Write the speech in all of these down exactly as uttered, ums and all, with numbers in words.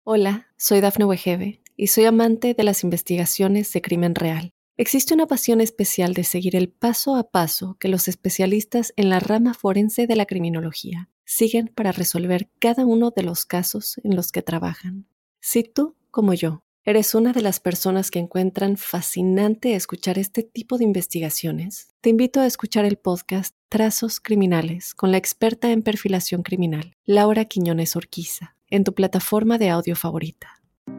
Hola, soy Dafne Wegebe y soy amante de las investigaciones de crimen real. Existe una pasión especial de seguir el paso a paso que los especialistas en la rama forense de la criminología siguen para resolver cada uno de los casos en los que trabajan. Si tú, como yo, eres una de las personas que encuentran fascinante escuchar este tipo de investigaciones, te invito a escuchar el podcast Trazos Criminales con la experta en perfilación criminal, Laura Quiñones Orquiza, en tu plataforma de audio favorita.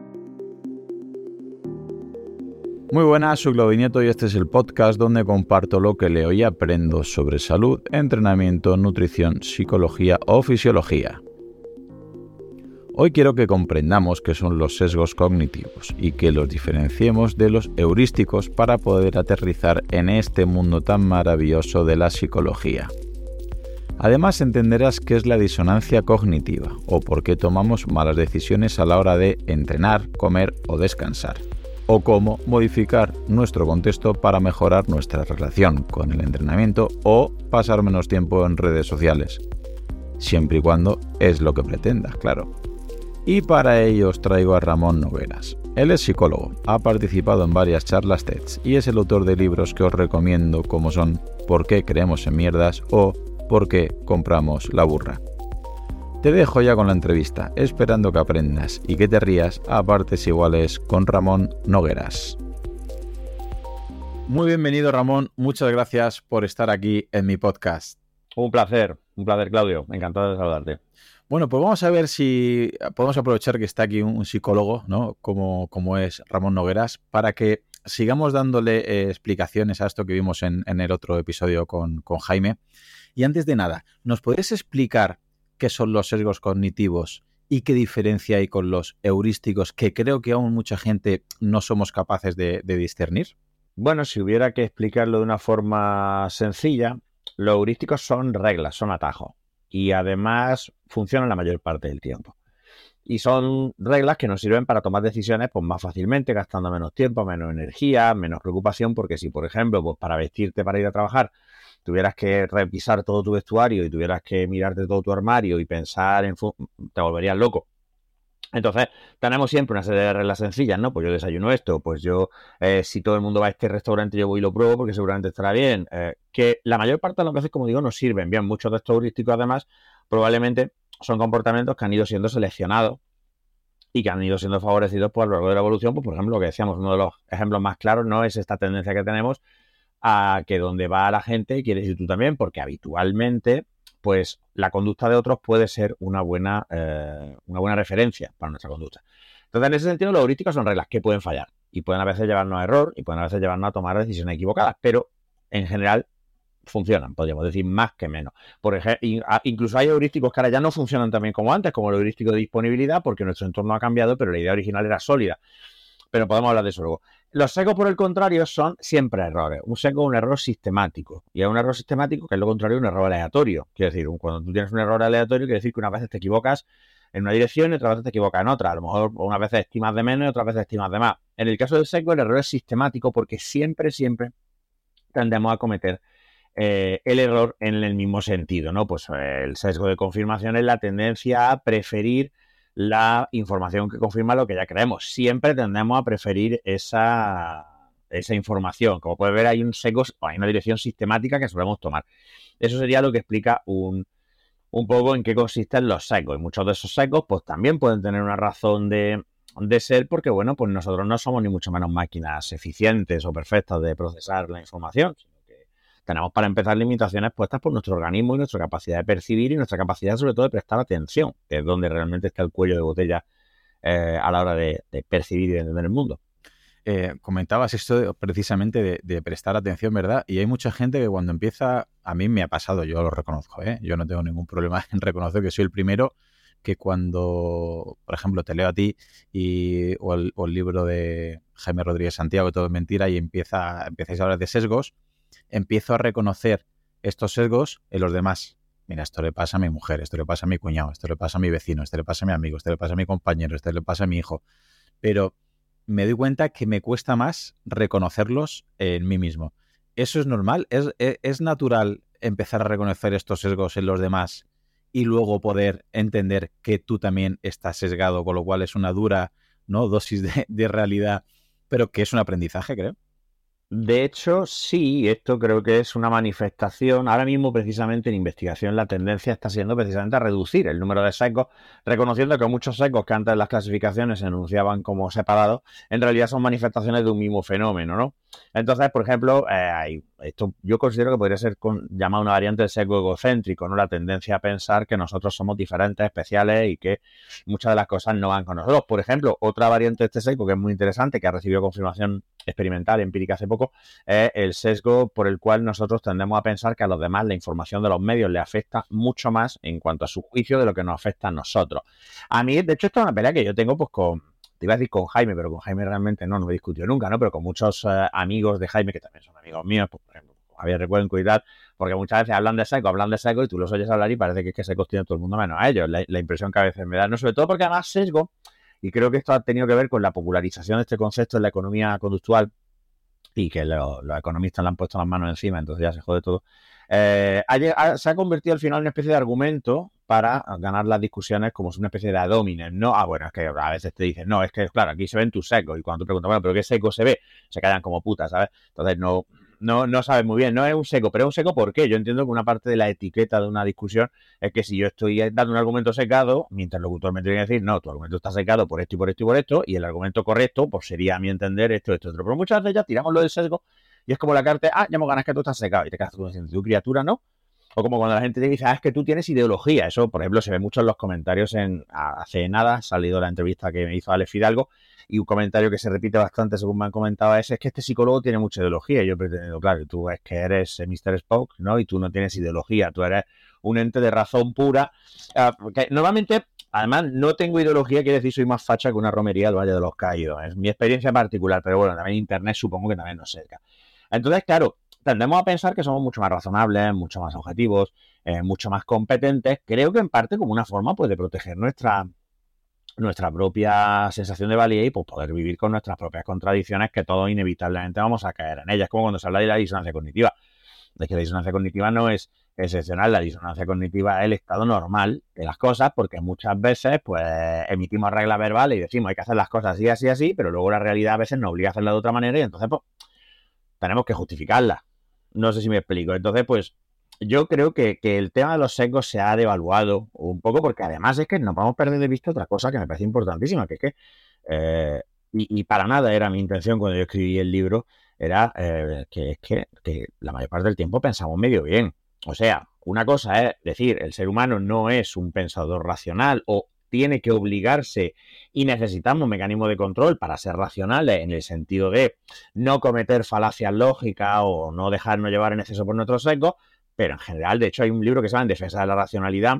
Muy buenas, soy Claudio Nieto y este es el podcast donde comparto lo que leo y aprendo sobre salud, entrenamiento, nutrición, psicología o fisiología. Hoy quiero que comprendamos qué son los sesgos cognitivos y que los diferenciemos de los heurísticos para poder aterrizar en este mundo tan maravilloso de la psicología. Además entenderás qué es la disonancia cognitiva o por qué tomamos malas decisiones a la hora de entrenar, comer o descansar, o cómo modificar nuestro contexto para mejorar nuestra relación con el entrenamiento o pasar menos tiempo en redes sociales, siempre y cuando es lo que pretendas, claro. Y para ello os traigo a Ramón Nogueras. Él es psicólogo, ha participado en varias charlas TED y es el autor de libros que os recomiendo como son ¿Por qué creemos en mierdas? O ¿Por qué compramos la burra? Te dejo ya con la entrevista, esperando que aprendas y que te rías a partes iguales con Ramón Nogueras. Muy bienvenido, Ramón. Muchas gracias por estar aquí en mi podcast. Un placer, un placer, Claudio. Encantado de saludarte. Bueno, pues vamos a ver si podemos aprovechar que está aquí un psicólogo, ¿no? Como, como es Ramón Nogueras, para que sigamos dándole eh, explicaciones a esto que vimos en, en el otro episodio con, con Jaime. Y antes de nada, ¿nos podrías explicar qué son los sesgos cognitivos y qué diferencia hay con los heurísticos que creo que aún mucha gente no somos capaces de, de discernir? Bueno, si hubiera que explicarlo de una forma sencilla, los heurísticos son reglas, son atajos y además funcionan la mayor parte del tiempo. Y son reglas que nos sirven para tomar decisiones pues, más fácilmente, gastando menos tiempo, menos energía, menos preocupación, porque si, por ejemplo, pues, para vestirte para ir a trabajar tuvieras que revisar todo tu vestuario y tuvieras que mirarte todo tu armario y pensar en... te volverías loco. Entonces, tenemos siempre una serie de reglas sencillas, ¿no? Pues yo desayuno esto, pues yo, eh, si todo el mundo va a este restaurante, yo voy y lo pruebo porque seguramente estará bien. Eh, que la mayor parte de las veces, como digo, nos sirven bien. Muchos de estos heurísticos, además, probablemente son comportamientos que han ido siendo seleccionados y que han ido siendo favorecidos pues, a lo largo de la evolución. Pues, por ejemplo, lo que decíamos, uno de los ejemplos más claros no es esta tendencia que tenemos a que donde va la gente quieres ir tú también, porque habitualmente pues la conducta de otros puede ser una buena, eh, una buena referencia para nuestra conducta. Entonces, en ese sentido, los heurísticos son reglas que pueden fallar y pueden a veces llevarnos a error y pueden a veces llevarnos a tomar decisiones equivocadas, pero en general funcionan, podríamos decir, más que menos. Por ejemplo, incluso hay heurísticos que ahora ya no funcionan tan bien como antes, como el heurístico de disponibilidad, porque nuestro entorno ha cambiado, pero la idea original era sólida. Pero podemos hablar de eso luego. Los sesgos, por el contrario, son siempre errores. Un sesgo es un error sistemático. Y es un error sistemático que es lo contrario de un error aleatorio. Quiere decir, cuando tú tienes un error aleatorio, quiere decir que unas veces te equivocas en una dirección y otras veces te equivocas en otra. A lo mejor unas veces estimas de menos y otras veces estimas de más. En el caso del sesgo, el error es sistemático porque siempre, siempre tendemos a cometer eh, el error en el mismo sentido, ¿no? Pues eh, el sesgo de confirmación es la tendencia a preferir la información que confirma lo que ya creemos. Siempre tendemos a preferir esa, esa información. Como puedes ver, hay un sesgo, hay una dirección sistemática que solemos tomar. Eso sería lo que explica un, un poco en qué consisten los sesgos. Y muchos de esos sesgos pues también pueden tener una razón de, de ser porque, bueno, pues nosotros no somos ni mucho menos máquinas eficientes o perfectas de procesar la información. Tenemos para empezar limitaciones puestas por nuestro organismo y nuestra capacidad de percibir y nuestra capacidad sobre todo de prestar atención, que es donde realmente está el cuello de botella eh, a la hora de, de percibir y de entender el mundo. Eh, comentabas esto de, precisamente de, de prestar atención, ¿verdad? Y hay mucha gente que cuando empieza, a mí me ha pasado, yo lo reconozco, ¿eh? Yo no tengo ningún problema en reconocer que soy el primero que cuando, por ejemplo, te leo a ti y, o, el, o el libro de Jaime Rodríguez Santiago, Todo es mentira, y empieza, empiezais a hablar de sesgos, empiezo a reconocer estos sesgos en los demás. Mira, esto le pasa a mi mujer, esto le pasa a mi cuñado, esto le pasa a mi vecino, esto le pasa a mi amigo, esto le pasa a mi compañero, esto le pasa a mi hijo. Pero me doy cuenta que me cuesta más reconocerlos en mí mismo. ¿Eso es normal? ¿Es, es, es natural empezar a reconocer estos sesgos en los demás y luego poder entender que tú también estás sesgado, con lo cual es una dura, ¿no?, dosis de, de realidad, pero que es un aprendizaje, creo. De hecho, sí, esto creo que es una manifestación. Ahora mismo, precisamente en investigación, la tendencia está siendo precisamente a reducir el número de sesgos, reconociendo que muchos sesgos que antes en las clasificaciones se enunciaban como separados, en realidad son manifestaciones de un mismo fenómeno, ¿no? Entonces, por ejemplo, eh, hay, esto yo considero que podría ser con, llamado una variante del sesgo egocéntrico, ¿no? La tendencia a pensar que nosotros somos diferentes, especiales y que muchas de las cosas no van con nosotros. Por ejemplo, otra variante de este sesgo que es muy interesante, que ha recibido confirmación experimental, empírica hace poco, es el sesgo por el cual nosotros tendemos a pensar que a los demás la información de los medios les afecta mucho más en cuanto a su juicio de lo que nos afecta a nosotros. A mí, de hecho, esto es una pelea que yo tengo pues con, te iba a decir con Jaime, pero con Jaime realmente no, no me discutió nunca, ¿no? Pero con muchos eh, amigos de Jaime, que también son amigos míos, pues, por ejemplo, Javier Recuenco y tal, porque muchas veces hablan de sesgo, hablan de sesgo y tú los oyes hablar y parece que es que sesgos tiene todo el mundo menos a ellos. La, la impresión que a veces me da, no, sobre todo porque además sesgo, y creo que esto ha tenido que ver con la popularización de este concepto en la economía conductual, y que lo, los economistas le han puesto las manos encima, entonces ya se jode todo, eh, ha, se ha convertido al final en una especie de argumento para ganar las discusiones como una especie de ad hominem, ¿no? Ah, bueno, es que a veces te dicen, no, es que, claro, aquí se ven tus secos, y cuando tú preguntas, bueno, ¿pero qué seco se ve? Se callan como putas, ¿sabes? Entonces no... No, no sabes muy bien, no es un seco, pero es un seco ¿por qué? Yo entiendo que una parte de la etiqueta de una discusión es que si yo estoy dando un argumento secado, mi interlocutor me tiene que decir, no, tu argumento está secado por esto y por esto y por esto, y el argumento correcto, pues sería a mi entender esto, esto, esto. Pero muchas veces ya tiramos lo del sesgo y es como la carta, ah, ya me ganas que tú estás secado, y te quedas tú diciendo, tu criatura no. O como cuando la gente te dice, ah, es que tú tienes ideología. Eso, por ejemplo, se ve mucho en los comentarios. En hace nada ha salido la entrevista que me hizo Alex Fidalgo, y un comentario que se repite bastante según me han comentado es, es que este psicólogo tiene mucha ideología. Y yo pretendido, claro, tú es que eres mister Spock, ¿no? Y tú no tienes ideología, tú eres un ente de razón pura. Uh, porque normalmente, además, no tengo ideología, quiere decir soy más facha que una romería del Valle de los Caídos. Es mi experiencia particular, pero bueno, también Internet supongo que también nos cerca. Entonces, claro, tendemos a pensar que somos mucho más razonables, mucho más objetivos, eh, mucho más competentes. Creo que en parte como una forma pues, de proteger nuestra, nuestra propia sensación de valía y pues, poder vivir con nuestras propias contradicciones, que todos inevitablemente vamos a caer en ellas. Como cuando se habla de la disonancia cognitiva. De que la disonancia cognitiva no es excepcional, la disonancia cognitiva es el estado normal de las cosas, porque muchas veces pues emitimos reglas verbales y decimos hay que hacer las cosas así, así, así, pero luego la realidad a veces nos obliga a hacerla de otra manera y entonces pues tenemos que justificarla. No sé si me explico. Entonces, pues, yo creo que, que el tema de los sesgos se ha devaluado un poco, porque además es que no podemos perder de vista otra cosa que me parece importantísima, que es que, eh, y, y para nada era mi intención cuando yo escribí el libro, era eh, que es que, que la mayor parte del tiempo pensamos medio bien. O sea, una cosa es decir, el ser humano no es un pensador racional o tiene que obligarse y necesitamos mecanismos de control para ser racionales en el sentido de no cometer falacias lógicas o no dejarnos llevar en exceso por nuestros sesgos, pero en general, de hecho, hay un libro que se llama En defensa de la racionalidad,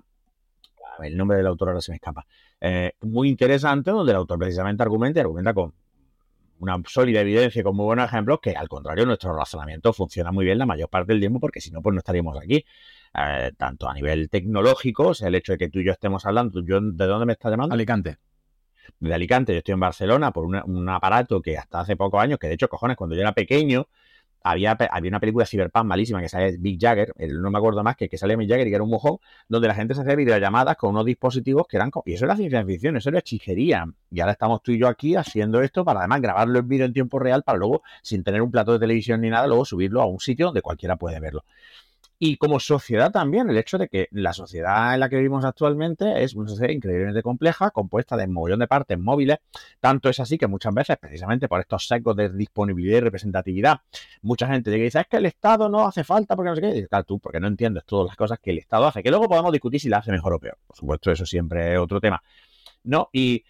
el nombre del autor ahora se me escapa, eh, muy interesante, donde el autor precisamente argumenta y argumenta con una sólida evidencia y con muy buenos ejemplos que, al contrario, nuestro razonamiento funciona muy bien la mayor parte del tiempo, porque si no, pues no estaríamos aquí. Eh, tanto a nivel tecnológico, o sea, el hecho de que tú y yo estemos hablando, yo, ¿de dónde me estás llamando? Alicante. De Alicante, yo estoy en Barcelona por una, un aparato que hasta hace pocos años, que de hecho, cojones, cuando yo era pequeño, había, había una película de Cyberpunk malísima que sale Mick Jagger, el, no me acuerdo más que, que salía Mick Jagger y que era un mojón, donde la gente se hacía videollamadas con unos dispositivos que eran, y eso era ciencia ficción, eso era hechicería, y ahora estamos tú y yo aquí haciendo esto para además grabarlo en vídeo en tiempo real para luego, sin tener un plato de televisión ni nada, luego subirlo a un sitio donde cualquiera puede verlo. Y como sociedad también, el hecho de que la sociedad en la que vivimos actualmente es una sociedad increíblemente compleja, compuesta de un mogollón de partes móviles. Tanto es así que muchas veces, precisamente por estos sesgos de disponibilidad y representatividad, mucha gente llega y dice, es que el Estado no hace falta porque no sé qué. Y claro, tú, porque no entiendes todas las cosas que el Estado hace, que luego podemos discutir si la hace mejor o peor. Por supuesto, eso siempre es otro tema. ¿No? Y...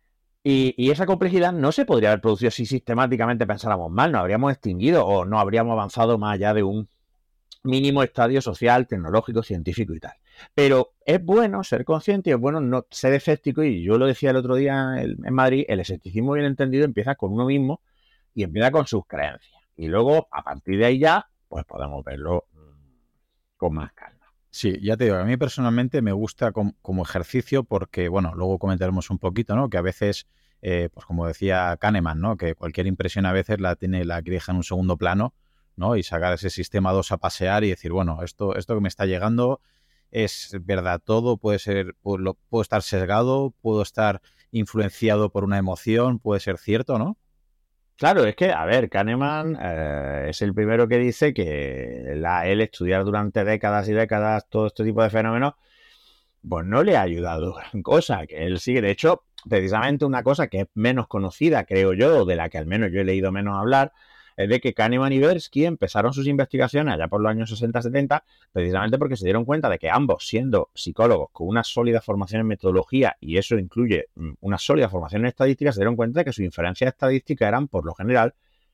Y, y esa complejidad no se podría haber producido si sistemáticamente pensáramos mal, nos habríamos extinguido o no habríamos avanzado más allá de un mínimo estadio social, tecnológico, científico y tal. Pero es bueno ser consciente y es bueno no ser escéptico, y yo lo decía el otro día en Madrid, el escepticismo bien entendido empieza con uno mismo y empieza con sus creencias. Y luego, a partir de ahí ya, pues podemos verlo con más calma. Sí, ya te digo, a mí personalmente me gusta com- como ejercicio porque, bueno, luego comentaremos un poquito, ¿no? Que a veces, eh, pues como decía Kahneman, ¿no? Que cualquier impresión a veces la tiene, la deja en un segundo plano, ¿no? Y sacar ese sistema dos a pasear y decir, bueno, esto, esto que me está llegando, ¿Es verdad todo? ¿Puede ser, puedo, puedo estar sesgado? ¿Puedo estar influenciado por una emoción? ¿Puede ser cierto, no? Claro, es que, a ver, Kahneman eh, es el primero que dice que la, él estudiar durante décadas y décadas todo este tipo de fenómenos, pues no le ha ayudado gran cosa, que él sigue, de hecho, precisamente una cosa que es menos conocida, creo yo, de la que al menos yo he leído menos hablar, es de que Kahneman y Tversky empezaron sus investigaciones allá por los años sesenta setenta, precisamente porque se dieron cuenta de que ambos, siendo psicólogos con una sólida formación en metodología, y eso incluye una sólida formación en estadística, se dieron cuenta de que sus inferencias estadísticas eran, por lo general,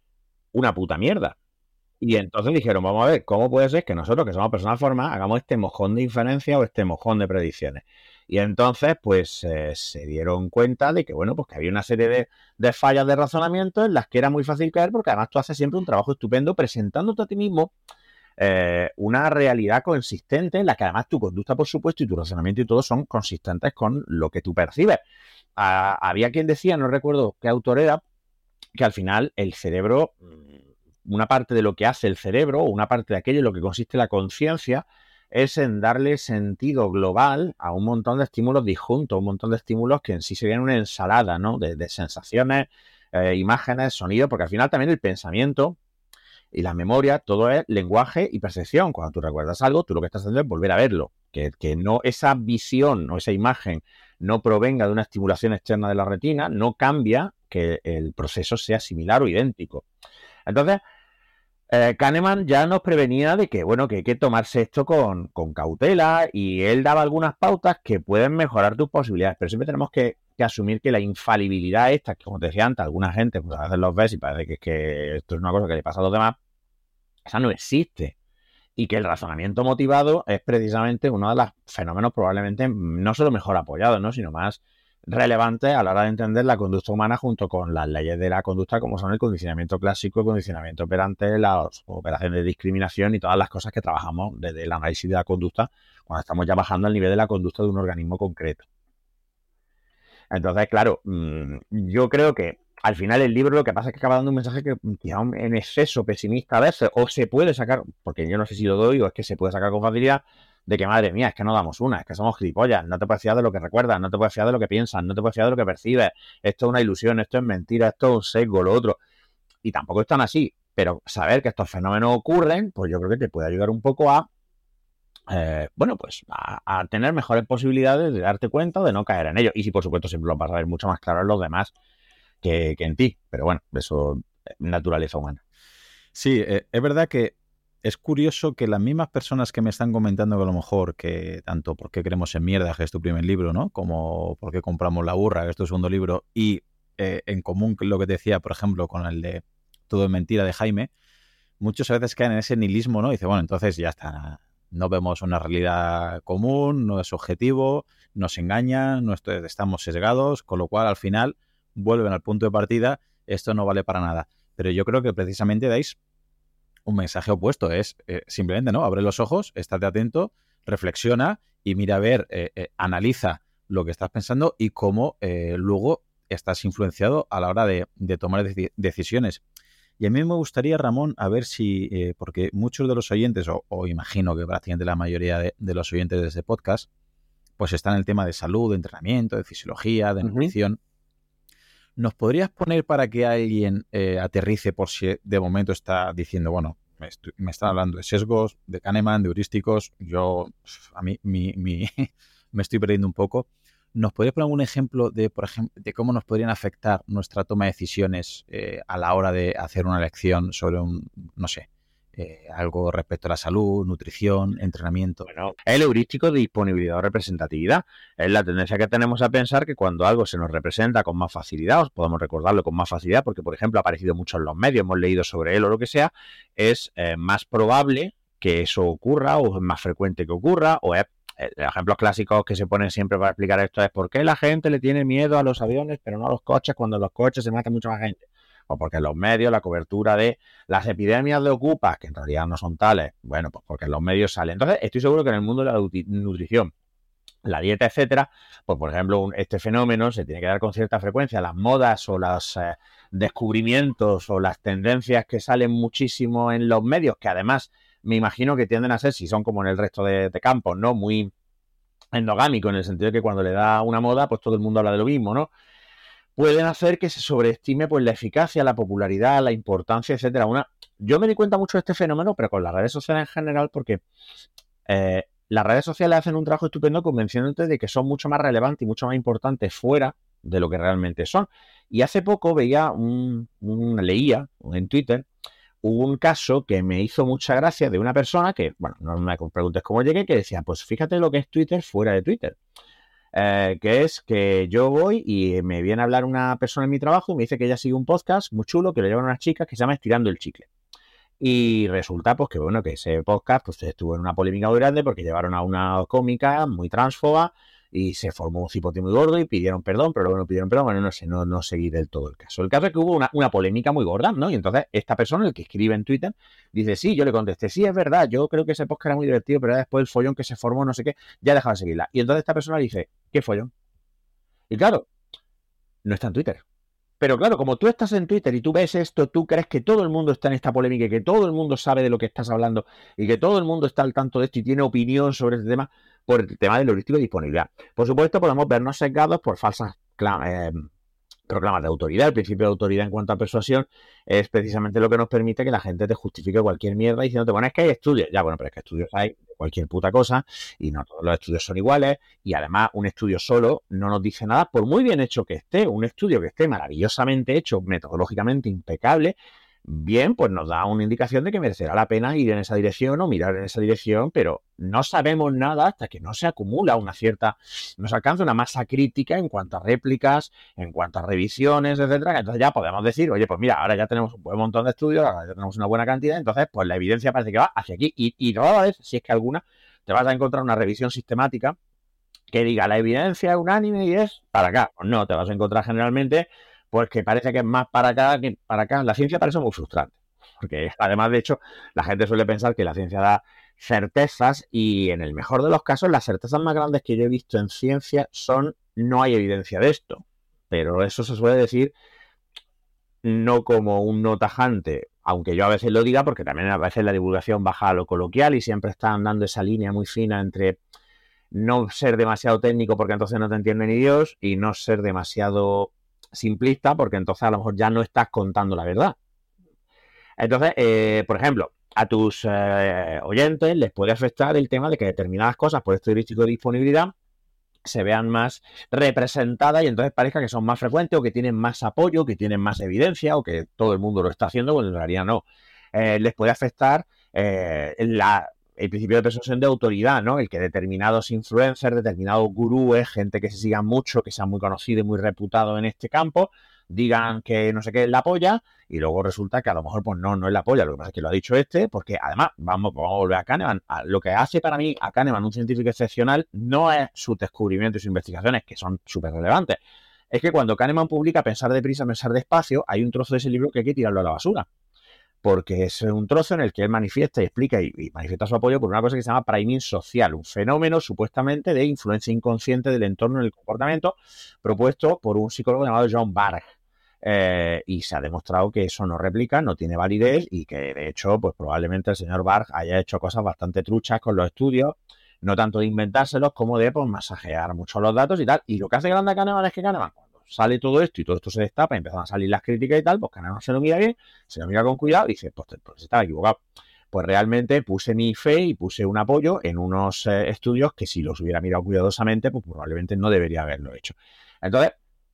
una puta mierda. Y entonces dijeron, vamos a ver, ¿cómo puede ser que nosotros, que somos personas formadas, hagamos este mojón de inferencia o este mojón de predicciones? Y entonces, pues, eh, se dieron cuenta de que, bueno, pues que había una serie de, de fallas de razonamiento en las que era muy fácil caer, porque además tú haces siempre un trabajo estupendo presentándote a ti mismo eh, una realidad consistente en la que además tu conducta, por supuesto, y tu razonamiento y todo son consistentes con lo que tú percibes. Ah, había quien decía, no recuerdo qué autor era, que al final el cerebro, una parte de lo que hace el cerebro, o una parte de aquello en lo que consiste la conciencia, es en darle sentido global a un montón de estímulos disjuntos, un montón de estímulos que en sí serían una ensalada, ¿no? De, de sensaciones, eh, imágenes, sonidos, porque al final también el pensamiento y la memoria, todo es lenguaje y percepción. Cuando tú recuerdas algo, tú lo que estás haciendo es volver a verlo. Que, que no esa visión o esa imagen no provenga de una estimulación externa de la retina, no cambia que el proceso sea similar o idéntico. Entonces, Eh, Kahneman ya nos prevenía de que, bueno, que hay que tomarse esto con, con cautela, y él daba algunas pautas que pueden mejorar tus posibilidades, pero siempre tenemos que, que asumir que la infalibilidad esta, que como te decía antes, alguna gente pues a veces los ves y parece que, es que esto es una cosa que le pasa a los demás, esa no existe, y que el razonamiento motivado es precisamente uno de los fenómenos probablemente no solo mejor apoyados, ¿no?, sino más relevantes a la hora de entender la conducta humana junto con las leyes de la conducta, como son el condicionamiento clásico, el condicionamiento operante, las operaciones de discriminación y todas las cosas que trabajamos desde el análisis de la conducta cuando estamos ya bajando al nivel de la conducta de un organismo concreto. Entonces, claro, yo creo que al final el libro lo que pasa es que acaba dando un mensaje que quizá en exceso pesimista a veces, o se puede sacar, porque yo no sé si lo doy o es que se puede sacar con facilidad, de que madre mía, es que no damos una, es que somos gilipollas, no te puedes fiar de lo que recuerdas, no te puedes fiar de lo que piensas, no te puedes fiar de lo que percibes, esto es una ilusión, esto es mentira, esto es un sesgo, lo otro. Y tampoco es tan así, pero saber que estos fenómenos ocurren, pues yo creo que te puede ayudar un poco a, eh, bueno, pues a, a tener mejores posibilidades de darte cuenta, de no caer en ello. Y si por supuesto siempre lo vas a ver mucho más claro en los demás que, que en ti, pero bueno, eso es naturaleza humana. Sí, eh, es verdad que es curioso que las mismas personas que me están comentando que a lo mejor que tanto por qué creemos en mierda, que es tu primer libro, ¿no?, como por qué compramos La burra, que es tu segundo libro, y eh, en común lo que te decía, por ejemplo, con el de Todo es mentira de Jaime, muchas veces caen en ese nihilismo, ¿no? Dice, bueno, entonces ya está, no vemos una realidad común, no es objetivo, nos engañan, no estoy, estamos sesgados, con lo cual al final vuelven al punto de partida, esto no vale para nada. Pero yo creo que precisamente dais un mensaje opuesto, es eh, simplemente, ¿no?, abre los ojos, estate atento, reflexiona y mira a ver, eh, eh, analiza lo que estás pensando y cómo eh, luego estás influenciado a la hora de, de tomar dec- decisiones. Y a mí me gustaría, Ramón, a ver si, eh, porque muchos de los oyentes, o, o imagino que prácticamente la mayoría de, de los oyentes de este podcast, pues están en el tema de salud, de entrenamiento, de fisiología, de nutrición. Uh-huh. ¿Nos podrías poner para que alguien eh, aterrice por si de momento está diciendo, bueno, me, estoy, me están hablando de sesgos, de Kahneman, de heurísticos, yo, a mí mi, mi, me estoy perdiendo un poco? ¿Nos podrías poner algún ejemplo de, por ejemplo, de cómo nos podrían afectar nuestra toma de decisiones eh, a la hora de hacer una elección sobre un, no sé, eh, algo respecto a la salud, nutrición, entrenamiento? Bueno, el heurístico de disponibilidad o representatividad es la tendencia que tenemos a pensar que cuando algo se nos representa con más facilidad, o podemos recordarlo con más facilidad, porque por ejemplo ha aparecido mucho en los medios, hemos leído sobre él o lo que sea, es eh, más probable que eso ocurra, o es más frecuente que ocurra, o es eh, ejemplos clásicos que se ponen siempre para explicar esto es por qué la gente le tiene miedo a los aviones pero no a los coches cuando en los coches se mata mucha más gente. O porque en los medios la cobertura de las epidemias de ocupas, que en realidad no son tales, bueno, pues porque en los medios sale. Entonces, estoy seguro que en el mundo de la nutrición, la dieta, etcétera, pues por ejemplo, este fenómeno se tiene que dar con cierta frecuencia. Las modas o los eh, descubrimientos o las tendencias que salen muchísimo en los medios, que además me imagino que tienden a ser, si son como en el resto de, de campos, ¿no? Muy endogámicos, en el sentido de que cuando le da una moda, pues todo el mundo habla de lo mismo, ¿no? Pueden hacer que se sobreestime pues la eficacia, la popularidad, la importancia, etcétera. Una, yo me di cuenta mucho de este fenómeno, pero con las redes sociales en general, porque eh, las redes sociales hacen un trabajo estupendo convenciéndote de que son mucho más relevantes y mucho más importantes fuera de lo que realmente son. Y hace poco veía un, un leía en Twitter un caso que me hizo mucha gracia de una persona que, bueno, no me preguntes cómo llegué, que decía, pues fíjate lo que es Twitter fuera de Twitter. Eh, que es que yo voy y me viene a hablar una persona en mi trabajo y me dice que ella sigue un podcast muy chulo que lo llevan unas chicas que se llama Estirando el Chicle. Y resulta, pues, que bueno, que ese podcast pues estuvo en una polémica muy grande porque llevaron a una cómica muy transfoba y se formó un cipote muy gordo y pidieron perdón, pero luego no pidieron perdón, bueno, no sé, no, no seguí del todo el caso. El caso es que hubo una, una polémica muy gorda, ¿no? Y entonces esta persona, el que escribe en Twitter, dice, sí, yo le contesté, sí, es verdad, yo creo que ese podcast era muy divertido, pero después el follón que se formó, no sé qué, ya dejaba de seguirla. Y entonces esta persona le dice, ¿qué follón? Y claro, no está en Twitter. Pero claro, como tú estás en Twitter y tú ves esto, tú crees que todo el mundo está en esta polémica y que todo el mundo sabe de lo que estás hablando y que todo el mundo está al tanto de esto y tiene opinión sobre este tema por el tema del heurístico de disponibilidad. Por supuesto, podemos vernos sesgados por falsas eh, proclamas de autoridad. El principio de autoridad en cuanto a persuasión es precisamente lo que nos permite que la gente te justifique cualquier mierda diciéndote, bueno, es que hay estudios. Ya, bueno, pero es que estudios hay de cualquier puta cosa y no todos los estudios son iguales y además un estudio solo no nos dice nada, por muy bien hecho que esté, un estudio que esté maravillosamente hecho, metodológicamente impecable, bien, pues nos da una indicación de que merecerá la pena ir en esa dirección o mirar en esa dirección, pero no sabemos nada hasta que no se acumula una cierta, no se alcanza una masa crítica en cuanto a réplicas, en cuanto a revisiones, etcétera. Entonces ya podemos decir, oye, pues mira, ahora ya tenemos un buen montón de estudios, ahora ya tenemos una buena cantidad, entonces pues la evidencia parece que va hacia aquí y, y rara vez, si es que alguna, te vas a encontrar una revisión sistemática que diga la evidencia es unánime y es para acá. Pues no, te vas a encontrar generalmente pues que parece que es más para acá que para acá. La ciencia parece muy frustrante, porque además, de hecho, la gente suele pensar que la ciencia da certezas y en el mejor de los casos las certezas más grandes que yo he visto en ciencia son no hay evidencia de esto, pero eso se suele decir no como un no tajante, aunque yo a veces lo diga porque también a veces la divulgación baja a lo coloquial y siempre están dando esa línea muy fina entre no ser demasiado técnico porque entonces no te entiende ni Dios y no ser demasiado simplista porque entonces a lo mejor ya no estás contando la verdad. Entonces, eh, por ejemplo, a tus eh, oyentes les puede afectar el tema de que determinadas cosas por este heurístico de disponibilidad se vean más representadas y entonces parezca que son más frecuentes o que tienen más apoyo, que tienen más evidencia o que todo el mundo lo está haciendo, cuando en realidad no. Eh, les puede afectar eh, la... el principio de persuasión de autoridad, ¿no? El que determinados influencers, determinados gurúes, gente que se siga mucho, que sea muy conocido y muy reputado en este campo, digan que no sé qué es la polla y luego resulta que a lo mejor pues no, no es la polla, lo que pasa es que lo ha dicho este, porque además, vamos, vamos a volver a Kahneman, lo que hace para mí a Kahneman un científico excepcional no es su descubrimiento y sus investigaciones, que son súper relevantes, es que cuando Kahneman publica Pensar deprisa, pensar despacio, hay un trozo de ese libro que hay que tirarlo a la basura. Porque es un trozo en el que él manifiesta y explica y, y manifiesta su apoyo por una cosa que se llama priming social, un fenómeno supuestamente de influencia inconsciente del entorno en el comportamiento propuesto por un psicólogo llamado John Bargh. Eh, y se ha demostrado que eso no replica, no tiene validez y que de hecho pues probablemente el señor Bargh haya hecho cosas bastante truchas con los estudios, no tanto de inventárselos como de pues masajear mucho los datos y tal. Y lo que hace grande a Kahneman es que Kahneman, sale todo esto y todo esto se destapa y empiezan a salir las críticas y tal, pues Kahneman se lo mira bien, se lo mira con cuidado y dice, pues, pues estaba equivocado. Pues realmente puse mi fe y puse un apoyo en unos eh, estudios que si los hubiera mirado cuidadosamente, pues probablemente no debería haberlo hecho. Entonces,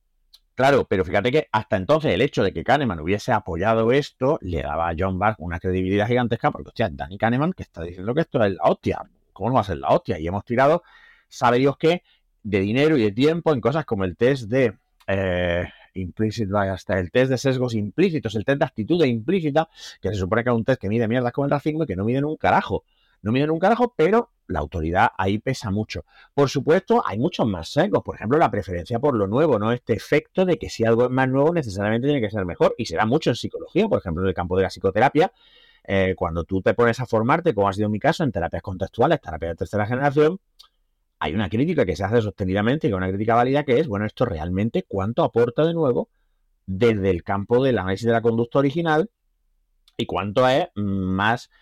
claro, pero fíjate que hasta entonces el hecho de que Kahneman hubiese apoyado esto le daba a John Bargh una credibilidad gigantesca, porque hostia, Danny Kahneman que está diciendo que esto es la hostia, ¿cómo no va a ser la hostia? Y hemos tirado, sabe Dios qué, de dinero y de tiempo en cosas como el test de Eh, implicit bias, el test de sesgos implícitos, el test de actitud implícita, que se supone que es un test que mide mierdas como el racismo y que no miden un carajo, no miden un carajo, pero la autoridad ahí pesa mucho. Por supuesto, hay muchos más sesgos, por ejemplo, la preferencia por lo nuevo, ¿no? Este efecto de que si algo es más nuevo necesariamente tiene que ser mejor, y se da mucho en psicología, por ejemplo, en el campo de la psicoterapia, eh, cuando tú te pones a formarte, como ha sido mi caso, en terapias contextuales, terapia de tercera generación, hay una crítica que se hace sostenidamente y que es una crítica válida que es, bueno, esto realmente cuánto aporta de nuevo desde el campo del análisis de la conducta original y cuánto es más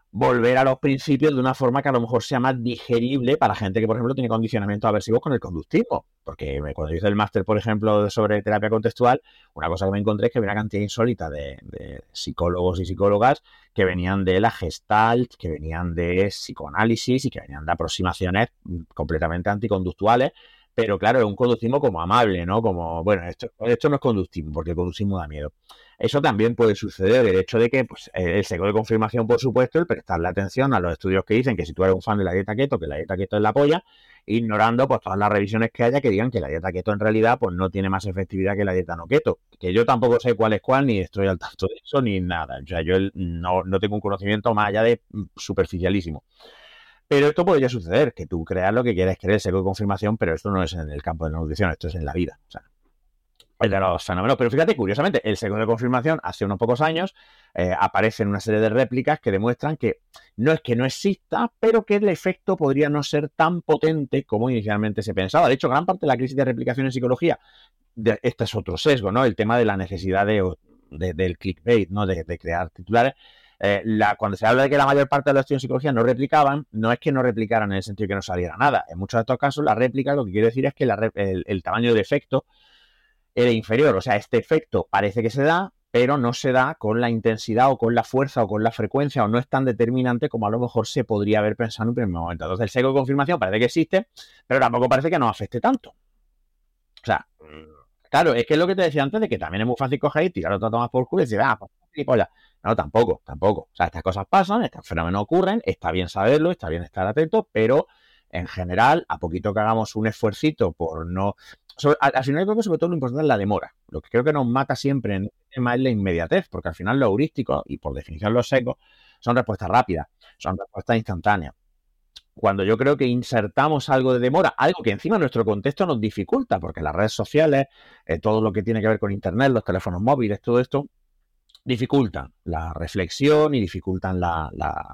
volver a los principios de una forma que a lo mejor sea más digerible para gente que, por ejemplo, tiene condicionamientos aversivos con el conductismo. Porque cuando hice el máster, por ejemplo, sobre terapia contextual, una cosa que me encontré es que había una cantidad insólita de, de psicólogos y psicólogas que venían de la Gestalt, que venían de psicoanálisis y que venían de aproximaciones completamente anticonductuales. Pero claro, es un conductismo como amable, ¿no? Como, bueno, esto, esto no es conductismo, porque el conductismo da miedo. Eso también puede suceder, el hecho de que pues, el sesgo de confirmación, por supuesto, el prestarle atención a los estudios que dicen que si tú eres un fan de la dieta keto, que la dieta keto es la polla, ignorando pues todas las revisiones que haya que digan que la dieta keto en realidad pues no tiene más efectividad que la dieta no keto. Que yo tampoco sé cuál es cuál, ni estoy al tanto de eso, ni nada. O sea, yo no, no tengo un conocimiento más allá de superficialísimo. Pero esto podría suceder, que tú creas lo que quieres creer, sesgo de confirmación, pero esto no es en el campo de la nutrición, esto es en la vida. O sea, es de los fenómenos. Pero fíjate, curiosamente, el sesgo de confirmación hace unos pocos años eh, aparece en una serie de réplicas que demuestran que no es que no exista, pero que el efecto podría no ser tan potente como inicialmente se pensaba. De hecho, gran parte de la crisis de replicación en psicología, de, este es otro sesgo, ¿no? El tema de la necesidad de, de, del clickbait, ¿no? De, de crear titulares. Eh, la, cuando se habla de que la mayor parte de los estudios en psicología no replicaban, no es que no replicaran en el sentido de que no saliera nada. En muchos de estos casos, la réplica lo que quiere decir es que la, el, el tamaño de efecto era inferior. O sea, este efecto parece que se da, pero no se da con la intensidad o con la fuerza o con la frecuencia, o no es tan determinante como a lo mejor se podría haber pensado en un primer momento. Entonces, el sesgo de confirmación parece que existe, pero tampoco parece que nos afecte tanto. O sea, claro, es que es lo que te decía antes de que también es muy fácil coger y tirar otra toma por culo y decir, ah, pues gilipollas. No, tampoco, tampoco. O sea, estas cosas pasan, estos fenómenos ocurren, está bien saberlo, está bien estar atento, pero en general, a poquito que hagamos un esfuercito por no... Sobre, al, al final creo que sobre todo lo importante es la demora. Lo que creo que nos mata siempre en este tema es la inmediatez, porque al final los heurísticos, y por definición los secos, son respuestas rápidas, son respuestas instantáneas. Cuando yo creo que insertamos algo de demora, algo que encima nuestro contexto nos dificulta, porque las redes sociales, eh, todo lo que tiene que ver con internet, los teléfonos móviles, todo esto, dificultan la reflexión y dificultan la, la,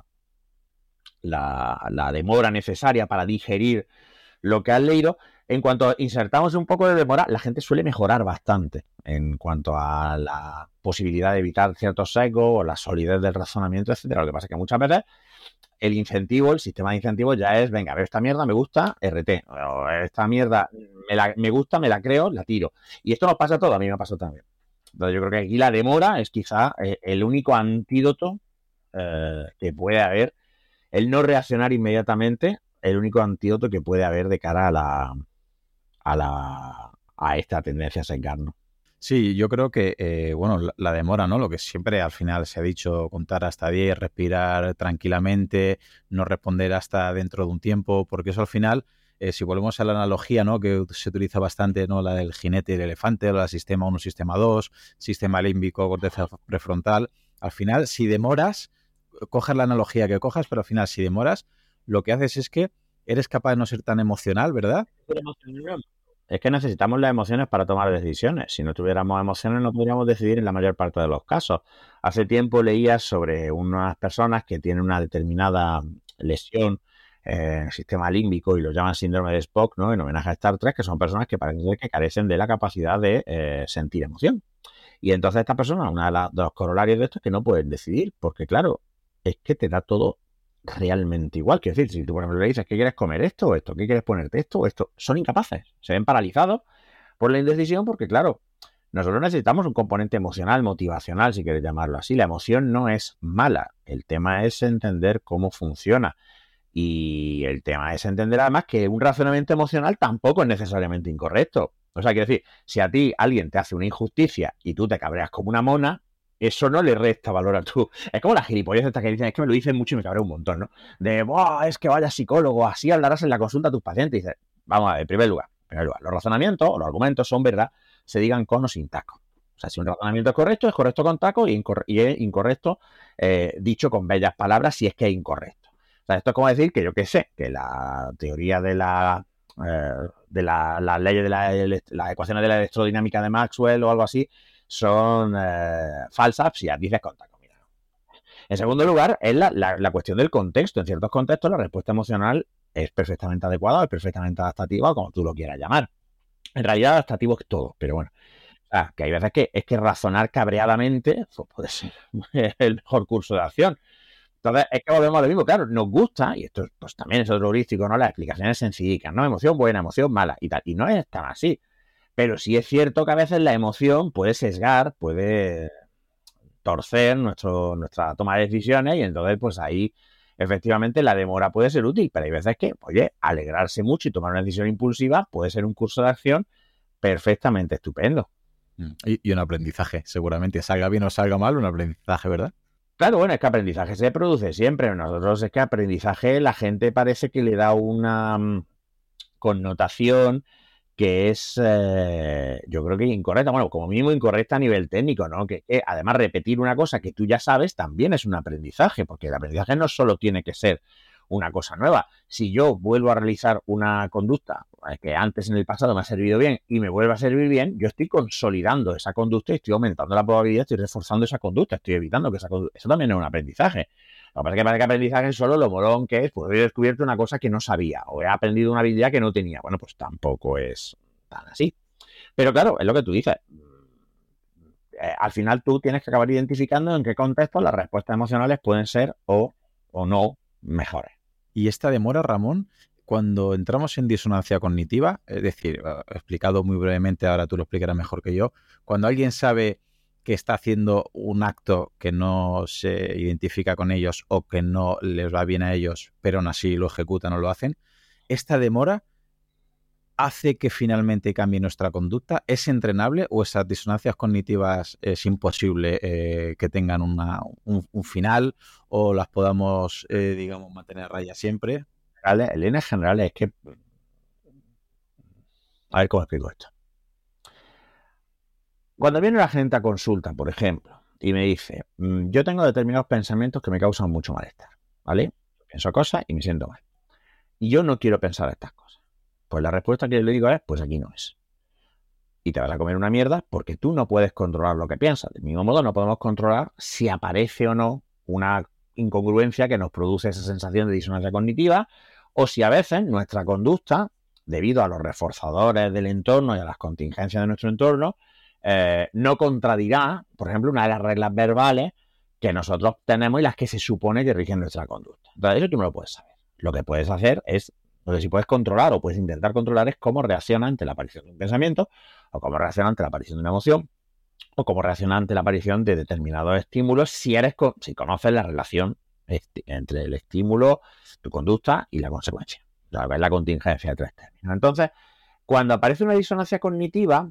la, la demora necesaria para digerir lo que has leído. En cuanto insertamos un poco de demora, la gente suele mejorar bastante en cuanto a la posibilidad de evitar ciertos sesgos o la solidez del razonamiento, etcétera. Lo que pasa es que muchas veces el incentivo, el sistema de incentivos ya es, venga, a ver, esta mierda me gusta, R T. O esta mierda me, la, me gusta, me la creo, la tiro. Y esto nos pasa a todos, a mí me pasó también. Entonces yo creo que aquí la demora es quizá eh, el único antídoto eh, que puede haber. El no reaccionar inmediatamente, el único antídoto que puede haber de cara a la a la a esta tendencia a sesgarnos. Sí, yo creo que, eh, bueno, la, la demora, ¿no? Lo que siempre al final se ha dicho, contar hasta diez, respirar tranquilamente, no responder hasta dentro de un tiempo, porque eso al final, eh, si volvemos a la analogía, ¿no? Que se utiliza bastante, ¿no? La del jinete y el elefante, la sistema uno, sistema dos, sistema límbico, corteza prefrontal. Al final, si demoras, cojas la analogía que cojas, pero al final, si demoras, lo que haces es que eres capaz de no ser tan emocional, ¿verdad? Es que necesitamos las emociones para tomar decisiones. Si no tuviéramos emociones, no podríamos decidir en la mayor parte de los casos. Hace tiempo leía sobre unas personas que tienen una determinada lesión eh, en el sistema límbico y lo llaman síndrome de Spock, ¿no? En homenaje a Star Trek, que son personas que parece que carecen de la capacidad de eh, sentir emoción. Y entonces estas personas, una de, la, de los corolarios de esto es que no pueden decidir, porque claro, es que te da todo realmente igual. Quiero decir, si tú por ejemplo le dices que quieres comer esto o esto, que quieres ponerte esto o esto, son incapaces, se ven paralizados por la indecisión porque claro, nosotros necesitamos un componente emocional, motivacional, si quieres llamarlo así. La emoción no es mala, el tema es entender cómo funciona y el tema es entender además que un razonamiento emocional tampoco es necesariamente incorrecto. O sea, quiero decir, si a ti alguien te hace una injusticia y tú te cabreas como una mona, eso no le resta valor a tú. Es como las gilipollas estas que dicen, es que me lo dicen mucho y me cabreo un montón, ¿no? De, ¡buah! Es que vaya psicólogo, así hablarás en la consulta a tus pacientes. Y dices, vamos a ver, en primer lugar, en primer lugar, los razonamientos o los argumentos son verdad, se digan con o sin taco. O sea, si un razonamiento es correcto, es correcto con taco y, incor- y es incorrecto eh, dicho con bellas palabras si es que es incorrecto. O sea, esto es como decir que yo qué sé, que la teoría de la... Eh, de las la leyes de la, las ecuaciones de la electrodinámica de Maxwell o algo así son eh, falsas si las dices con taco. Mira. En segundo lugar, es la, la, la cuestión del contexto. En ciertos contextos la respuesta emocional es perfectamente adecuada, es perfectamente adaptativa, como tú lo quieras llamar. En realidad adaptativo es todo, pero bueno. O sea, que hay veces que es que razonar cabreadamente pues puede ser el mejor curso de acción. Entonces, es que volvemos a lo mismo, claro, nos gusta, y esto pues también es otro heurístico, ¿no? Las explicaciones sencillitas, ¿no? Emoción buena, emoción mala y tal. Y no es tan así. Pero sí es cierto que a veces la emoción puede sesgar, puede torcer nuestro, nuestra toma de decisiones y entonces pues ahí efectivamente la demora puede ser útil, pero hay veces que, oye, alegrarse mucho y tomar una decisión impulsiva puede ser un curso de acción perfectamente estupendo. Y, y un aprendizaje, seguramente, salga bien o salga mal, un aprendizaje, ¿verdad? Claro, bueno, es que aprendizaje se produce siempre. Nosotros es que aprendizaje la gente parece que le da una um, connotación que es, eh, yo creo que incorrecta, bueno, como mínimo incorrecta a nivel técnico, ¿no? Que, que además repetir una cosa que tú ya sabes también es un aprendizaje, porque el aprendizaje no solo tiene que ser una cosa nueva. Si yo vuelvo a realizar una conducta que antes en el pasado me ha servido bien y me vuelve a servir bien, yo estoy consolidando esa conducta y estoy aumentando la probabilidad, estoy reforzando esa conducta, estoy evitando que esa conducta... Eso también es un aprendizaje. Lo que pasa es que parece que aprendizaje es solo lo molón que es, pues he descubierto una cosa que no sabía o he aprendido una habilidad que no tenía. Bueno, pues tampoco es tan así. Pero claro, es lo que tú dices. Eh, al final tú tienes que acabar identificando en qué contexto las respuestas emocionales pueden ser o, o no mejores. Y esta demora, Ramón, cuando entramos en disonancia cognitiva, es decir, explicado muy brevemente, ahora tú lo explicarás mejor que yo, cuando alguien sabe que está haciendo un acto que no se identifica con ellos o que no les va bien a ellos, pero aún así lo ejecutan o lo hacen, esta demora hace que finalmente cambie nuestra conducta. ¿Es entrenable o esas disonancias cognitivas es imposible eh, que tengan una, un, un final o las podamos, eh, digamos, mantener a raya siempre? En líneas generales es que... A ver cómo explico esto. Cuando viene la gente a consulta, por ejemplo, y me dice, yo tengo determinados pensamientos que me causan mucho malestar, ¿vale? Pienso cosas y me siento mal. Y yo no quiero pensar estas cosas. Pues la respuesta que yo le digo es, pues aquí no es. Y te vas a comer una mierda porque tú no puedes controlar lo que piensas. Del mismo modo, no podemos controlar si aparece o no una incongruencia que nos produce esa sensación de disonancia cognitiva o si a veces nuestra conducta, debido a los reforzadores del entorno y a las contingencias de nuestro entorno, eh, no contradirá, por ejemplo, una de las reglas verbales que nosotros tenemos y las que se supone que rigen nuestra conducta. Entonces, eso tú no lo puedes saber. Lo que puedes hacer es, lo que sí puedes controlar o puedes intentar controlar es cómo reacciona ante la aparición de un pensamiento o cómo reacciona ante la aparición de una emoción o cómo reacciona ante la aparición de determinados estímulos si eres si conoces la relación entre el estímulo, tu conducta y la consecuencia. O sea, es la contingencia de tres términos. Entonces, cuando aparece una disonancia cognitiva,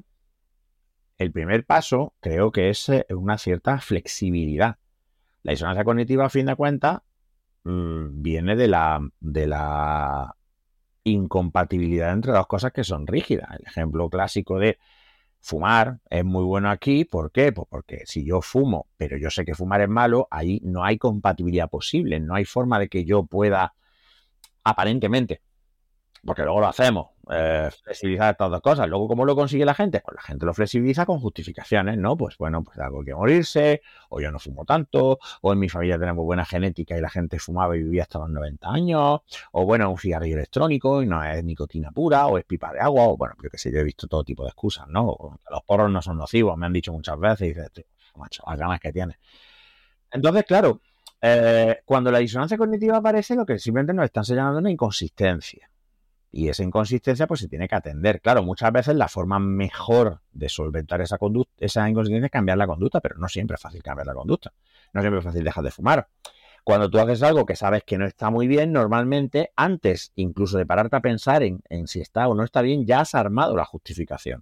el primer paso creo que es una cierta flexibilidad. La disonancia cognitiva, a fin de cuentas, mmm, viene de la, de la incompatibilidad entre dos cosas que son rígidas. El ejemplo clásico de fumar es muy bueno aquí. ¿Por qué? Pues porque si yo fumo, pero yo sé que fumar es malo, ahí no hay compatibilidad posible. No hay forma de que yo pueda, aparentemente, porque luego lo hacemos, eh, flexibilizar estas dos cosas. Luego, ¿cómo lo consigue la gente? Pues la gente lo flexibiliza con justificaciones, ¿no? Pues bueno, pues algo que morirse, o yo no fumo tanto, o en mi familia tenemos buena genética y la gente fumaba y vivía hasta los noventa años, o bueno, un cigarrillo electrónico y no es nicotina pura, o es pipa de agua, o bueno, yo qué sé, yo he visto todo tipo de excusas, ¿no? O los porros no son nocivos, me han dicho muchas veces, y dices, macho, las ganas que tienes. Entonces, claro, eh, cuando la disonancia cognitiva aparece, lo que simplemente nos están señalando una inconsistencia. Y esa inconsistencia pues se tiene que atender. Claro, muchas veces la forma mejor de solventar esa conducta, esa inconsistencia es cambiar la conducta, pero no siempre es fácil cambiar la conducta. No siempre es fácil dejar de fumar. Cuando tú haces algo que sabes que no está muy bien, normalmente, antes incluso de pararte a pensar en, en si está o no está bien, ya has armado la justificación.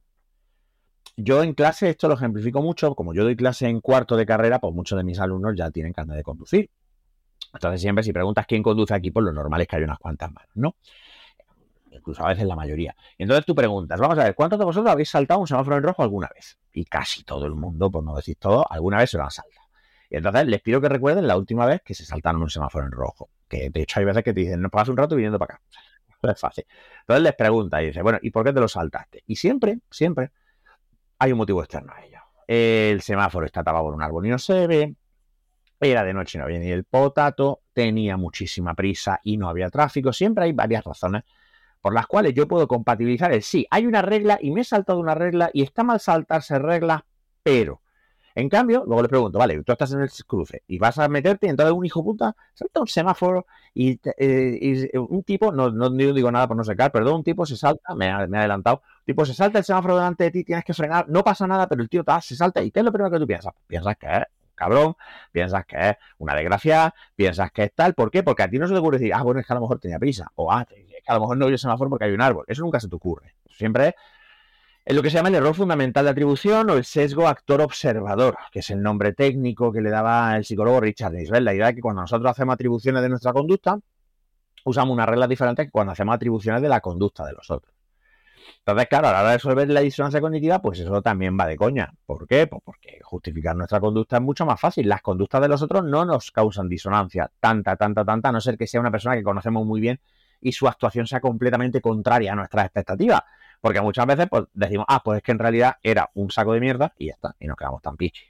Yo en clase esto lo ejemplifico mucho. Como yo doy clase en cuarto de carrera, pues muchos de mis alumnos ya tienen carnet de conducir. Entonces siempre si preguntas quién conduce aquí, pues lo normal es que hay unas cuantas manos, ¿no? Incluso a veces la mayoría. Y entonces tú preguntas, vamos a ver, ¿cuántos de vosotros habéis saltado un semáforo en rojo alguna vez? Y casi todo el mundo, por no decir todo, alguna vez se lo han saltado. Y entonces les pido que recuerden la última vez que se saltaron un semáforo en rojo. Que de hecho hay veces que te dicen, no, pagas un rato viniendo para acá. No es fácil. Entonces les pregunta y dice, bueno, ¿y por qué te lo saltaste? Y siempre, siempre hay un motivo externo a ello. El semáforo está tapado por un árbol y no se ve. Era de noche y no había ni el potato. Tenía muchísima prisa y no había tráfico. Siempre hay varias razones por las cuales yo puedo compatibilizar el sí, hay una regla y me he saltado una regla y está mal saltarse reglas, pero En cambio, luego le pregunto, vale, tú estás en el cruce y vas a meterte y entonces un hijo puta salta un semáforo y, eh, y un tipo, no, no digo nada por no secar, perdón, un tipo se salta, me ha, me ha adelantado, un tipo se salta el semáforo delante de ti, tienes que frenar, no pasa nada, pero el tío ta, se salta y ¿qué es lo primero que tú piensas? Piensas que es cabrón, piensas que es una desgracia, piensas que es tal, ¿por qué? Porque a ti no se te ocurre decir, ah, bueno, es que a lo mejor tenía prisa, o ah, es que a lo mejor no vio el semáforo porque hay un árbol, eso nunca se te ocurre, siempre es Es lo que se llama el error fundamental de atribución o el sesgo actor-observador, que es el nombre técnico que le daba el psicólogo Richard Nisbett. La idea es que cuando nosotros hacemos atribuciones de nuestra conducta, usamos unas reglas diferentes que cuando hacemos atribuciones de la conducta de los otros. Entonces, claro, a la hora de resolver la disonancia cognitiva, pues eso también va de coña. ¿Por qué? Pues porque justificar nuestra conducta es mucho más fácil. Las conductas de los otros no nos causan disonancia, tanta, tanta, tanta, a no ser que sea una persona que conocemos muy bien y su actuación sea completamente contraria a nuestras expectativas. Porque muchas veces pues, decimos, ah, pues es que en realidad era un saco de mierda y ya está, y nos quedamos tan pichi.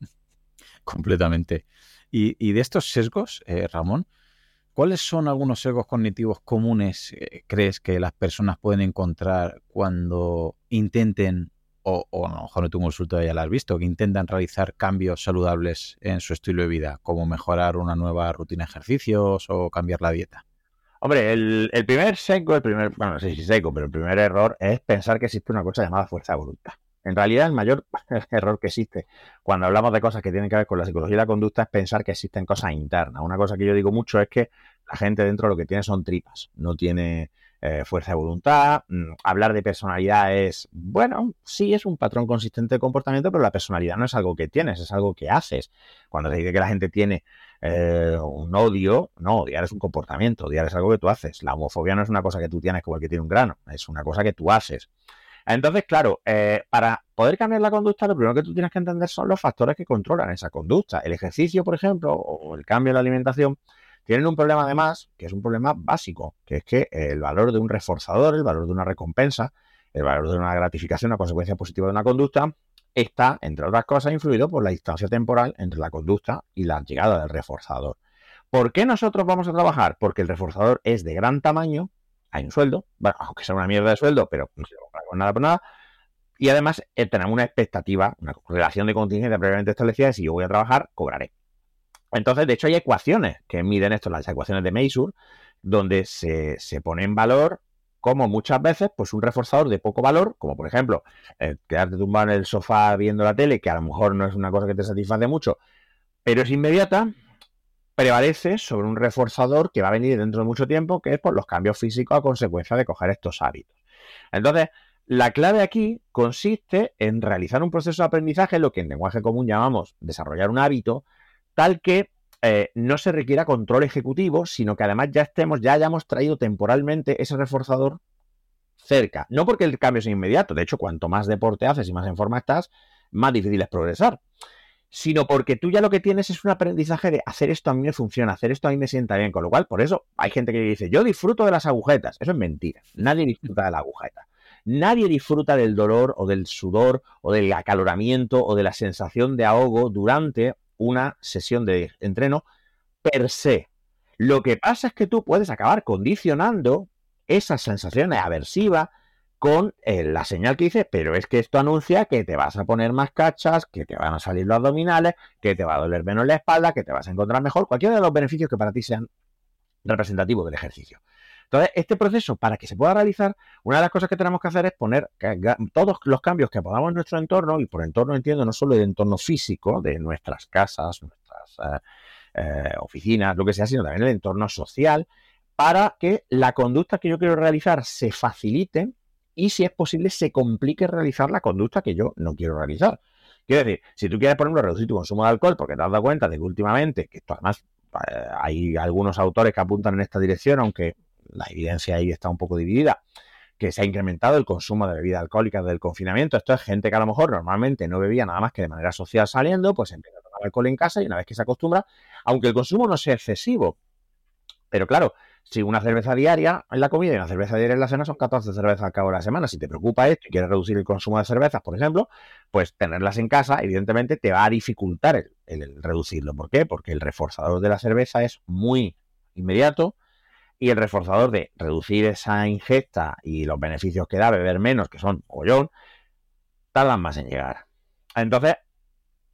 Completamente. Y, y de estos sesgos, eh, Ramón, ¿cuáles son algunos sesgos cognitivos comunes eh, crees que las personas pueden encontrar cuando intenten, o, o a lo mejor en tu consulta ya lo has visto, que intentan realizar cambios saludables en su estilo de vida, como mejorar una nueva rutina de ejercicios o cambiar la dieta? Hombre, el, el primer sesgo, el primer, bueno, no sé si sesgo, pero el primer error es pensar que existe una cosa llamada fuerza de voluntad. En realidad, el mayor error que existe cuando hablamos de cosas que tienen que ver con la psicología y la conducta es pensar que existen cosas internas. Una cosa que yo digo mucho es que la gente dentro lo que tiene son tripas, no tiene eh, fuerza de voluntad. Mm, hablar de personalidad es, bueno, sí es un patrón consistente de comportamiento, pero la personalidad no es algo que tienes, es algo que haces. Cuando se dice que la gente tiene Eh, un odio, no, odiar es un comportamiento, odiar es algo que tú haces. La homofobia no es una cosa que tú tienes como el que tiene un grano, es una cosa que tú haces. Entonces, claro, eh, para poder cambiar la conducta, lo primero que tú tienes que entender son los factores que controlan esa conducta. El ejercicio, por ejemplo, o el cambio en la alimentación, tienen un problema además, que es un problema básico, que es que el valor de un reforzador, el valor de una recompensa, el valor de una gratificación, una consecuencia positiva de una conducta, está, entre otras cosas, influido por la distancia temporal entre la conducta y la llegada del reforzador. ¿Por qué nosotros vamos a trabajar? Porque el reforzador es de gran tamaño, hay un sueldo, bueno, aunque sea una mierda de sueldo, pero no se compra con nada por nada, y además eh, tenemos una expectativa, una relación de contingencia previamente establecida de si yo voy a trabajar, cobraré. Entonces, de hecho, hay ecuaciones que miden esto, las ecuaciones de Masur, donde se, se pone en valor como muchas veces, pues un reforzador de poco valor, como por ejemplo, eh, quedarte tumbado en el sofá viendo la tele, que a lo mejor no es una cosa que te satisface mucho, pero es inmediata, prevalece sobre un reforzador que va a venir dentro de mucho tiempo, que es por los cambios físicos a consecuencia de coger estos hábitos. Entonces, la clave aquí consiste en realizar un proceso de aprendizaje, lo que en lenguaje común llamamos desarrollar un hábito, tal que Eh, no se requiera control ejecutivo, sino que además ya estemos, ya hayamos traído temporalmente ese reforzador cerca. No porque el cambio sea inmediato, de hecho, cuanto más deporte haces y más en forma estás, más difícil es progresar. Sino porque tú ya lo que tienes es un aprendizaje de hacer esto a mí me funciona, hacer esto a mí me sienta bien. Con lo cual, por eso hay gente que dice, yo disfruto de las agujetas. Eso es mentira. Nadie disfruta de la agujeta. Nadie disfruta del dolor o del sudor o del acaloramiento o de la sensación de ahogo durante una sesión de entreno per se. Lo que pasa es que tú puedes acabar condicionando esas sensaciones aversivas con eh, la señal que dice, pero es que esto anuncia que te vas a poner más cachas, que te van a salir los abdominales, que te va a doler menos la espalda, que te vas a encontrar mejor, cualquiera de los beneficios que para ti sean representativos del ejercicio. Entonces, este proceso, para que se pueda realizar, una de las cosas que tenemos que hacer es poner todos los cambios que podamos en nuestro entorno, y por entorno entiendo no solo el entorno físico de nuestras casas, nuestras eh, eh, oficinas, lo que sea, sino también el entorno social, para que la conducta que yo quiero realizar se facilite y, si es posible, se complique realizar la conducta que yo no quiero realizar. Quiero decir, si tú quieres, por ejemplo, reducir tu consumo de alcohol porque te has dado cuenta de que últimamente, que esto además eh, hay algunos autores que apuntan en esta dirección, aunque la evidencia ahí está un poco dividida, que se ha incrementado el consumo de bebidas alcohólicas del confinamiento. Esto es gente que a lo mejor normalmente no bebía nada más que de manera social saliendo, pues empieza a tomar alcohol en casa y una vez que se acostumbra, aunque el consumo no sea excesivo, pero claro, si una cerveza diaria en la comida y una cerveza diaria en la cena son catorce cervezas al cabo de la semana. Si te preocupa esto y quieres reducir el consumo de cervezas, por ejemplo, pues tenerlas en casa, evidentemente, te va a dificultar el, el, el reducirlo. ¿Por qué? Porque el reforzador de la cerveza es muy inmediato y el reforzador de reducir esa ingesta y los beneficios que da beber menos, que son mogollón, tardan más en llegar. Entonces,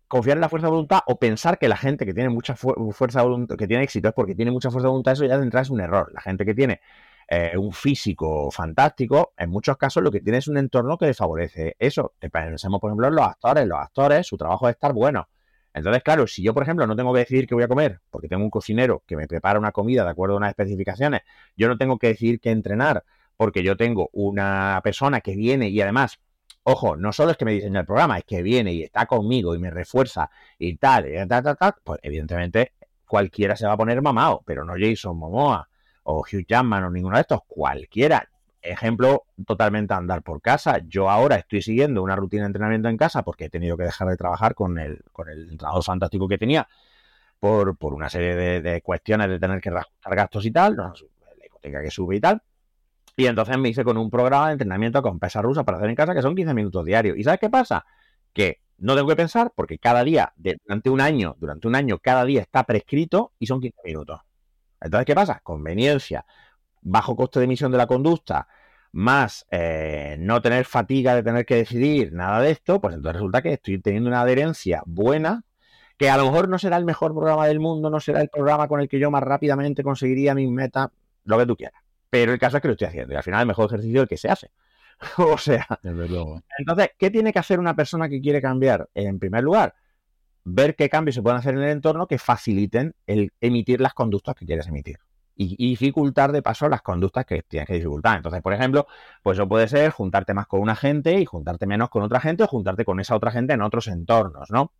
confiar en la fuerza de voluntad o pensar que la gente que tiene mucha fu- fuerza de voluntad, que tiene éxito es porque tiene mucha fuerza de voluntad, eso ya de entrada es un error. La gente que tiene eh, un físico fantástico, en muchos casos lo que tiene es un entorno que le favorece eso. Pensemos, por ejemplo, en los actores. Los actores, su trabajo es estar bueno. Entonces, claro, si yo, por ejemplo, no tengo que decidir qué voy a comer, porque tengo un cocinero que me prepara una comida de acuerdo a unas especificaciones, yo no tengo que decidir qué entrenar, porque yo tengo una persona que viene y además, ojo, no solo es que me diseña el programa, es que viene y está conmigo y me refuerza y tal, y tal, tal, tal, pues evidentemente cualquiera se va a poner mamado, pero no Jason Momoa o Hugh Jackman o ninguno de estos, cualquiera. Ejemplo totalmente a andar por casa. Yo ahora estoy siguiendo una rutina de entrenamiento en casa porque he tenido que dejar de trabajar con el, con el trabajo fantástico que tenía por, por una serie de, de cuestiones de tener que reajustar gastos y tal, no, la hipoteca que sube y tal. Y entonces me hice con un programa de entrenamiento con pesa rusa para hacer en casa que son quince minutos diarios. ¿Y sabes qué pasa? Que no tengo que pensar porque cada día, de, durante un año, durante un año, cada día está prescrito y son quince minutos. Entonces, ¿qué pasa? Conveniencia, bajo coste de emisión de la conducta, más eh, no tener fatiga de tener que decidir nada de esto, pues entonces resulta que estoy teniendo una adherencia buena, que a lo mejor no será el mejor programa del mundo, no será el programa con el que yo más rápidamente conseguiría mis metas, lo que tú quieras. Pero el caso es que lo estoy haciendo y al final el mejor ejercicio es el que se hace. O sea, desde luego. Entonces, ¿qué tiene que hacer una persona que quiere cambiar? En primer lugar, ver qué cambios se pueden hacer en el entorno que faciliten el emitir las conductas que quieres emitir. Y, y dificultar de paso las conductas que tienes que dificultar. Entonces, por ejemplo, pues eso puede ser juntarte más con una gente y juntarte menos con otra gente o juntarte con esa otra gente en otros entornos, ¿no?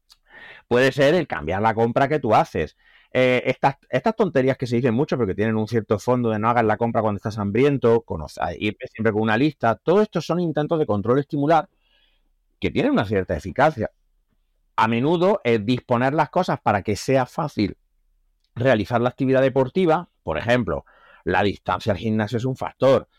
Puede ser el cambiar la compra que tú haces. Eh, estas, estas tonterías que se dicen mucho, pero que tienen un cierto fondo de no hagas la compra cuando estás hambriento, conocer, ir siempre con una lista, todo esto son intentos de control estimular que tienen una cierta eficacia. A menudo es disponer las cosas para que sea fácil realizar la actividad deportiva. Por ejemplo, la distancia al gimnasio es un factor.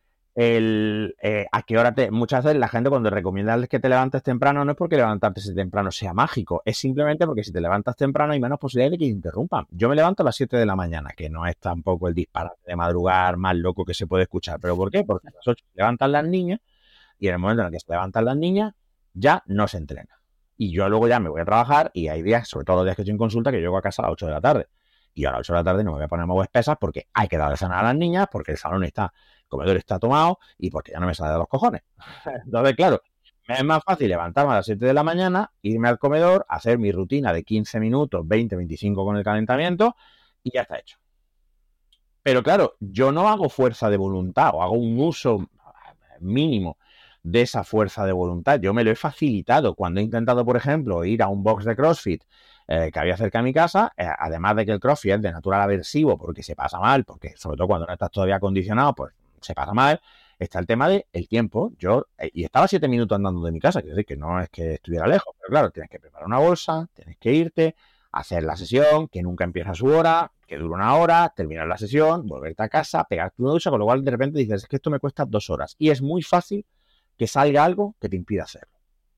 El, eh, a qué hora te, muchas veces la gente cuando recomienda que te levantes temprano no es porque levantarte temprano sea mágico, es simplemente porque si te levantas temprano hay menos posibilidad de que te interrumpan. Yo me levanto a las siete de la mañana, que no es tampoco el disparate de madrugar más loco que se puede escuchar. ¿Pero por qué? Porque a las ocho se levantan las niñas y en el momento en el que se levantan las niñas ya no se entrena. Y yo luego ya me voy a trabajar y hay días, sobre todo los días que estoy en consulta, que llego a casa a las ocho de la tarde. Y a las ocho de la tarde no me voy a poner más espesas porque hay que dar de cenar a las niñas, porque el salón está, el comedor está tomado y porque ya no me sale de los cojones. Entonces, claro, me es más fácil levantarme a las siete de la mañana, irme al comedor, hacer mi rutina de quince minutos, veinte, veinticinco con el calentamiento y ya está hecho. Pero claro, yo no hago fuerza de voluntad o hago un uso mínimo de esa fuerza de voluntad. Yo me lo he facilitado cuando he intentado, por ejemplo, ir a un box de CrossFit eh, que había cerca de mi casa, eh, además de que el CrossFit es de natural aversivo porque se pasa mal, porque sobre todo cuando no estás todavía acondicionado, pues se pasa mal, está el tema del tiempo. Yo, eh, y estaba siete minutos andando de mi casa, quiero decir que no es que estuviera lejos, pero claro, tienes que preparar una bolsa, tienes que irte, hacer la sesión, que nunca empieza a su hora, que dura una hora, terminar la sesión, volverte a casa, pegarte una ducha, con lo cual de repente dices, es que esto me cuesta dos horas. Y es muy fácil que salga algo que te impida hacerlo.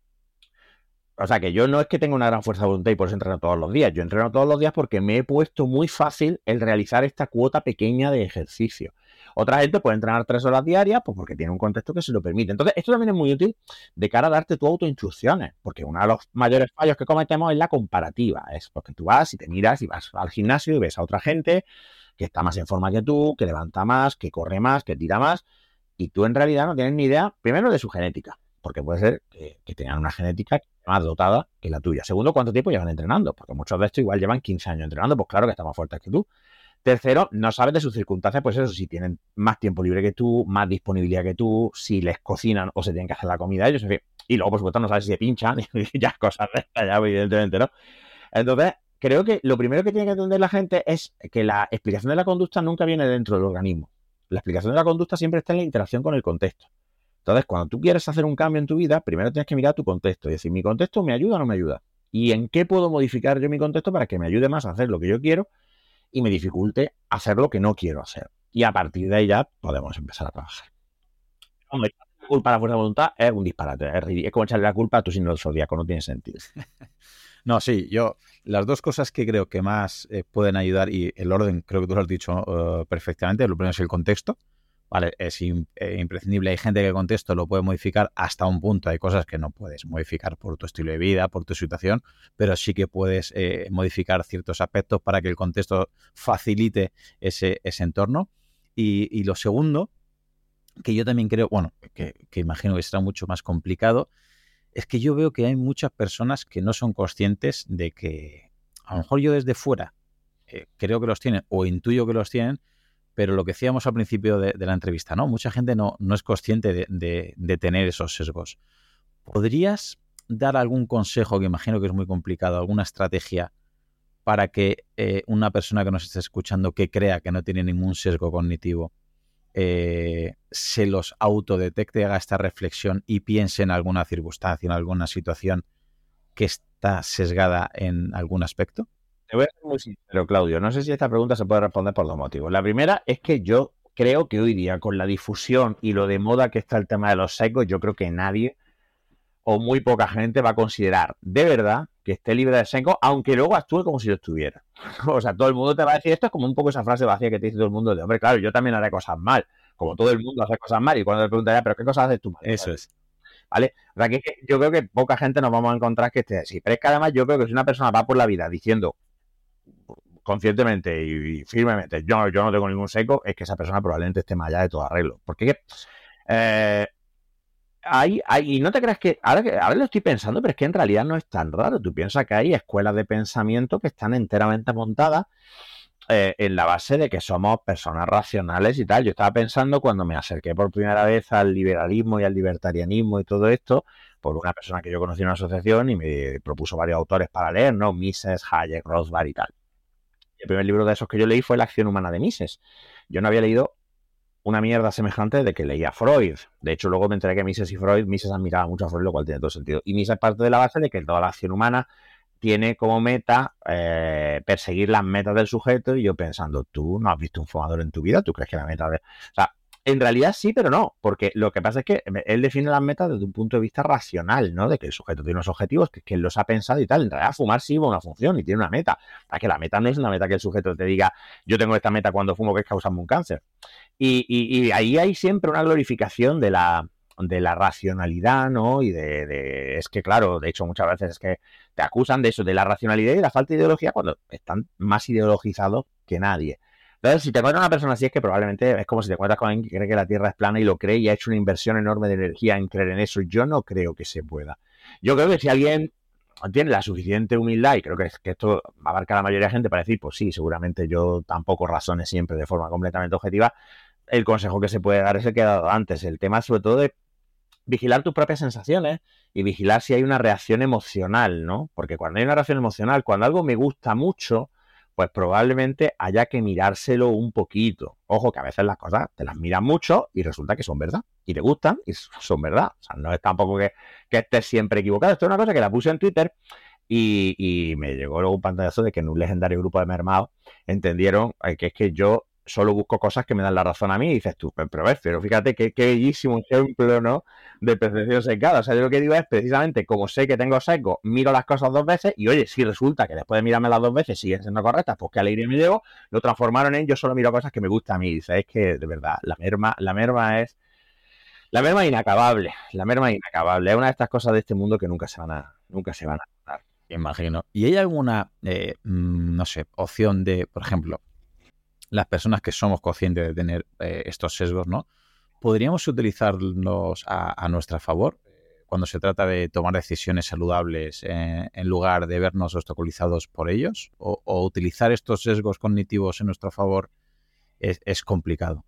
O sea, que yo no es que tenga una gran fuerza de voluntad y por eso entreno todos los días. Yo entreno todos los días porque me he puesto muy fácil el realizar esta cuota pequeña de ejercicio. Otra gente puede entrenar tres horas diarias pues porque tiene un contexto que se lo permite. Entonces, esto también es muy útil de cara a darte tu autoinstrucciones, porque uno de los mayores fallos que cometemos es la comparativa. Es porque tú vas y te miras y vas al gimnasio y ves a otra gente que está más en forma que tú, que levanta más, que corre más, que tira más, y tú en realidad no tienes ni idea, primero, de su genética, porque puede ser que, que tengan una genética más dotada que la tuya. Segundo, ¿cuánto tiempo llevan entrenando? Porque muchos de estos igual llevan quince años entrenando, pues claro que están más fuertes que tú. Tercero, no sabes de sus circunstancias, pues eso, si tienen más tiempo libre que tú, más disponibilidad que tú, si les cocinan o se tienen que hacer la comida a ellos, en fin. Y luego, por supuesto, no sabes si se pinchan y ya cosas de esta, ya evidentemente, ¿no? Entonces, creo que lo primero que tiene que entender la gente es que la explicación de la conducta nunca viene dentro del organismo. La explicación de la conducta siempre está en la interacción con el contexto. Entonces, cuando tú quieres hacer un cambio en tu vida, primero tienes que mirar tu contexto y decir, ¿mi contexto me ayuda o no me ayuda? ¿Y en qué puedo modificar yo mi contexto para que me ayude más a hacer lo que yo quiero y me dificulte hacer lo que no quiero hacer? Y a partir de ahí ya podemos empezar a trabajar. Hombre, la culpa a la fuerza de voluntad es un disparate. Es, es como echarle la culpa a tu signo del zodiaco, no tiene sentido. No, sí, yo las dos cosas que creo que más eh, pueden ayudar, y el orden creo que tú lo has dicho uh, perfectamente, lo primero es el contexto, vale, es in, eh, imprescindible. Hay gente que con texto lo puede modificar hasta un punto. Hay cosas que no puedes modificar por tu estilo de vida, por tu situación, pero sí que puedes eh, modificar ciertos aspectos para que el contexto facilite ese, ese entorno. Y, y lo segundo, que yo también creo, bueno, que, que imagino que será mucho más complicado, es que yo veo que hay muchas personas que no son conscientes de que, a lo mejor yo desde fuera eh, creo que los tienen o intuyo que los tienen, pero lo que decíamos al principio de, de la entrevista, ¿no? Mucha gente no, no es consciente de, de, de tener esos sesgos. ¿Podrías dar algún consejo, que imagino que es muy complicado, alguna estrategia para que eh, una persona que nos esté escuchando que crea que no tiene ningún sesgo cognitivo eh, se los autodetecte, haga esta reflexión y piense en alguna circunstancia, en alguna situación que está sesgada en algún aspecto? Te voy a ser muy sincero, Claudio. No sé si esta pregunta se puede responder por dos motivos. La primera es que yo creo que hoy día, con la difusión y lo de moda que está el tema de los sesgos, yo creo que nadie o muy poca gente va a considerar de verdad que esté libre de sesgos, aunque luego actúe como si lo estuviera. O sea, todo el mundo te va a decir, esto es como un poco esa frase vacía que te dice todo el mundo de, hombre, claro, yo también haré cosas mal, como todo el mundo hace cosas mal, y cuando te preguntaría, pero ¿qué cosas haces tú mal? Eso es. ¿Vale? O sea, que yo creo que poca gente nos vamos a encontrar que esté así. Pero es que además yo creo que si una persona va por la vida diciendo conscientemente y firmemente, yo, yo no tengo ningún seco, es que esa persona probablemente esté más allá de todo arreglo. Porque eh, hay, hay, y no te creas que ahora, que, ahora lo estoy pensando, pero es que en realidad no es tan raro. Tú piensas que hay escuelas de pensamiento que están enteramente montadas eh, en la base de que somos personas racionales y tal. Yo estaba pensando cuando me acerqué por primera vez al liberalismo y al libertarianismo y todo esto, por una persona que yo conocí en una asociación y me propuso varios autores para leer, ¿no? Mises, Hayek, Rothbard y tal. El primer libro de esos que yo leí fue La acción humana de Mises. Yo no había leído una mierda semejante de que leía Freud. De hecho, luego me enteré que Mises y Freud, Mises admiraba mucho a Freud, lo cual tiene todo sentido. Y Mises parte de la base de que toda la acción humana tiene como meta eh, perseguir las metas del sujeto, y yo pensando, tú no has visto un fumador en tu vida, tú crees que la meta de... O sea, en realidad sí, pero no, porque lo que pasa es que él define las metas desde un punto de vista racional, ¿no? De que el sujeto tiene unos objetivos, que, que él los ha pensado y tal. En realidad fumar sí va una función y tiene una meta. Para que la meta no es una meta que el sujeto te diga, yo tengo esta meta cuando fumo que es causarme un cáncer. Y, y, y ahí hay siempre una glorificación de la, de la racionalidad, ¿no? Y de, de... Es que, claro, de hecho muchas veces es que te acusan de eso, de la racionalidad y de la falta de ideología, cuando están más ideologizados que nadie. Entonces, si te encuentras una persona así, es que probablemente es como si te encuentras con alguien que cree que la Tierra es plana y lo cree y ha hecho una inversión enorme de energía en creer en eso. Yo no creo que se pueda. Yo creo que si alguien tiene la suficiente humildad, y creo que, que esto abarca a la mayoría de gente para decir, pues sí, seguramente yo tampoco razone siempre de forma completamente objetiva, el consejo que se puede dar es el que he dado antes. El tema sobre todo de vigilar tus propias sensaciones y vigilar si hay una reacción emocional, ¿no? Porque cuando hay una reacción emocional, cuando algo me gusta mucho, pues probablemente haya que mirárselo un poquito. Ojo, que a veces las cosas te las miras mucho y resulta que son verdad. Y te gustan y son verdad. O sea, no es tampoco que, que estés siempre equivocado. Esto es una cosa que la puse en Twitter y, y me llegó luego un pantallazo de que en un legendario grupo de mermados entendieron que es que yo solo busco cosas que me dan la razón a mí, y dices tú, pero, pero, pero fíjate qué, qué bellísimo ejemplo, ¿no?, de percepción sesgada. O sea, yo lo que digo es, precisamente, como sé que tengo sesgo, miro las cosas dos veces, y oye, si resulta que después de mirarme las dos veces siguen siendo correctas, pues qué alegría me llevo, lo transformaron en yo solo miro cosas que me gustan a mí. Y dices, es que, de verdad, la merma, la merma es... La merma es inacabable, la merma es inacabable. Es una de estas cosas de este mundo que nunca se van a, nunca se van a dar. Imagino. ¿Y hay alguna, eh, no sé, opción de, por ejemplo, las personas que somos conscientes de tener eh, estos sesgos, ¿no? ¿Podríamos utilizarlos a, a nuestra favor cuando se trata de tomar decisiones saludables eh, en lugar de vernos obstaculizados por ellos? ¿O, o utilizar estos sesgos cognitivos en nuestro favor es, es complicado?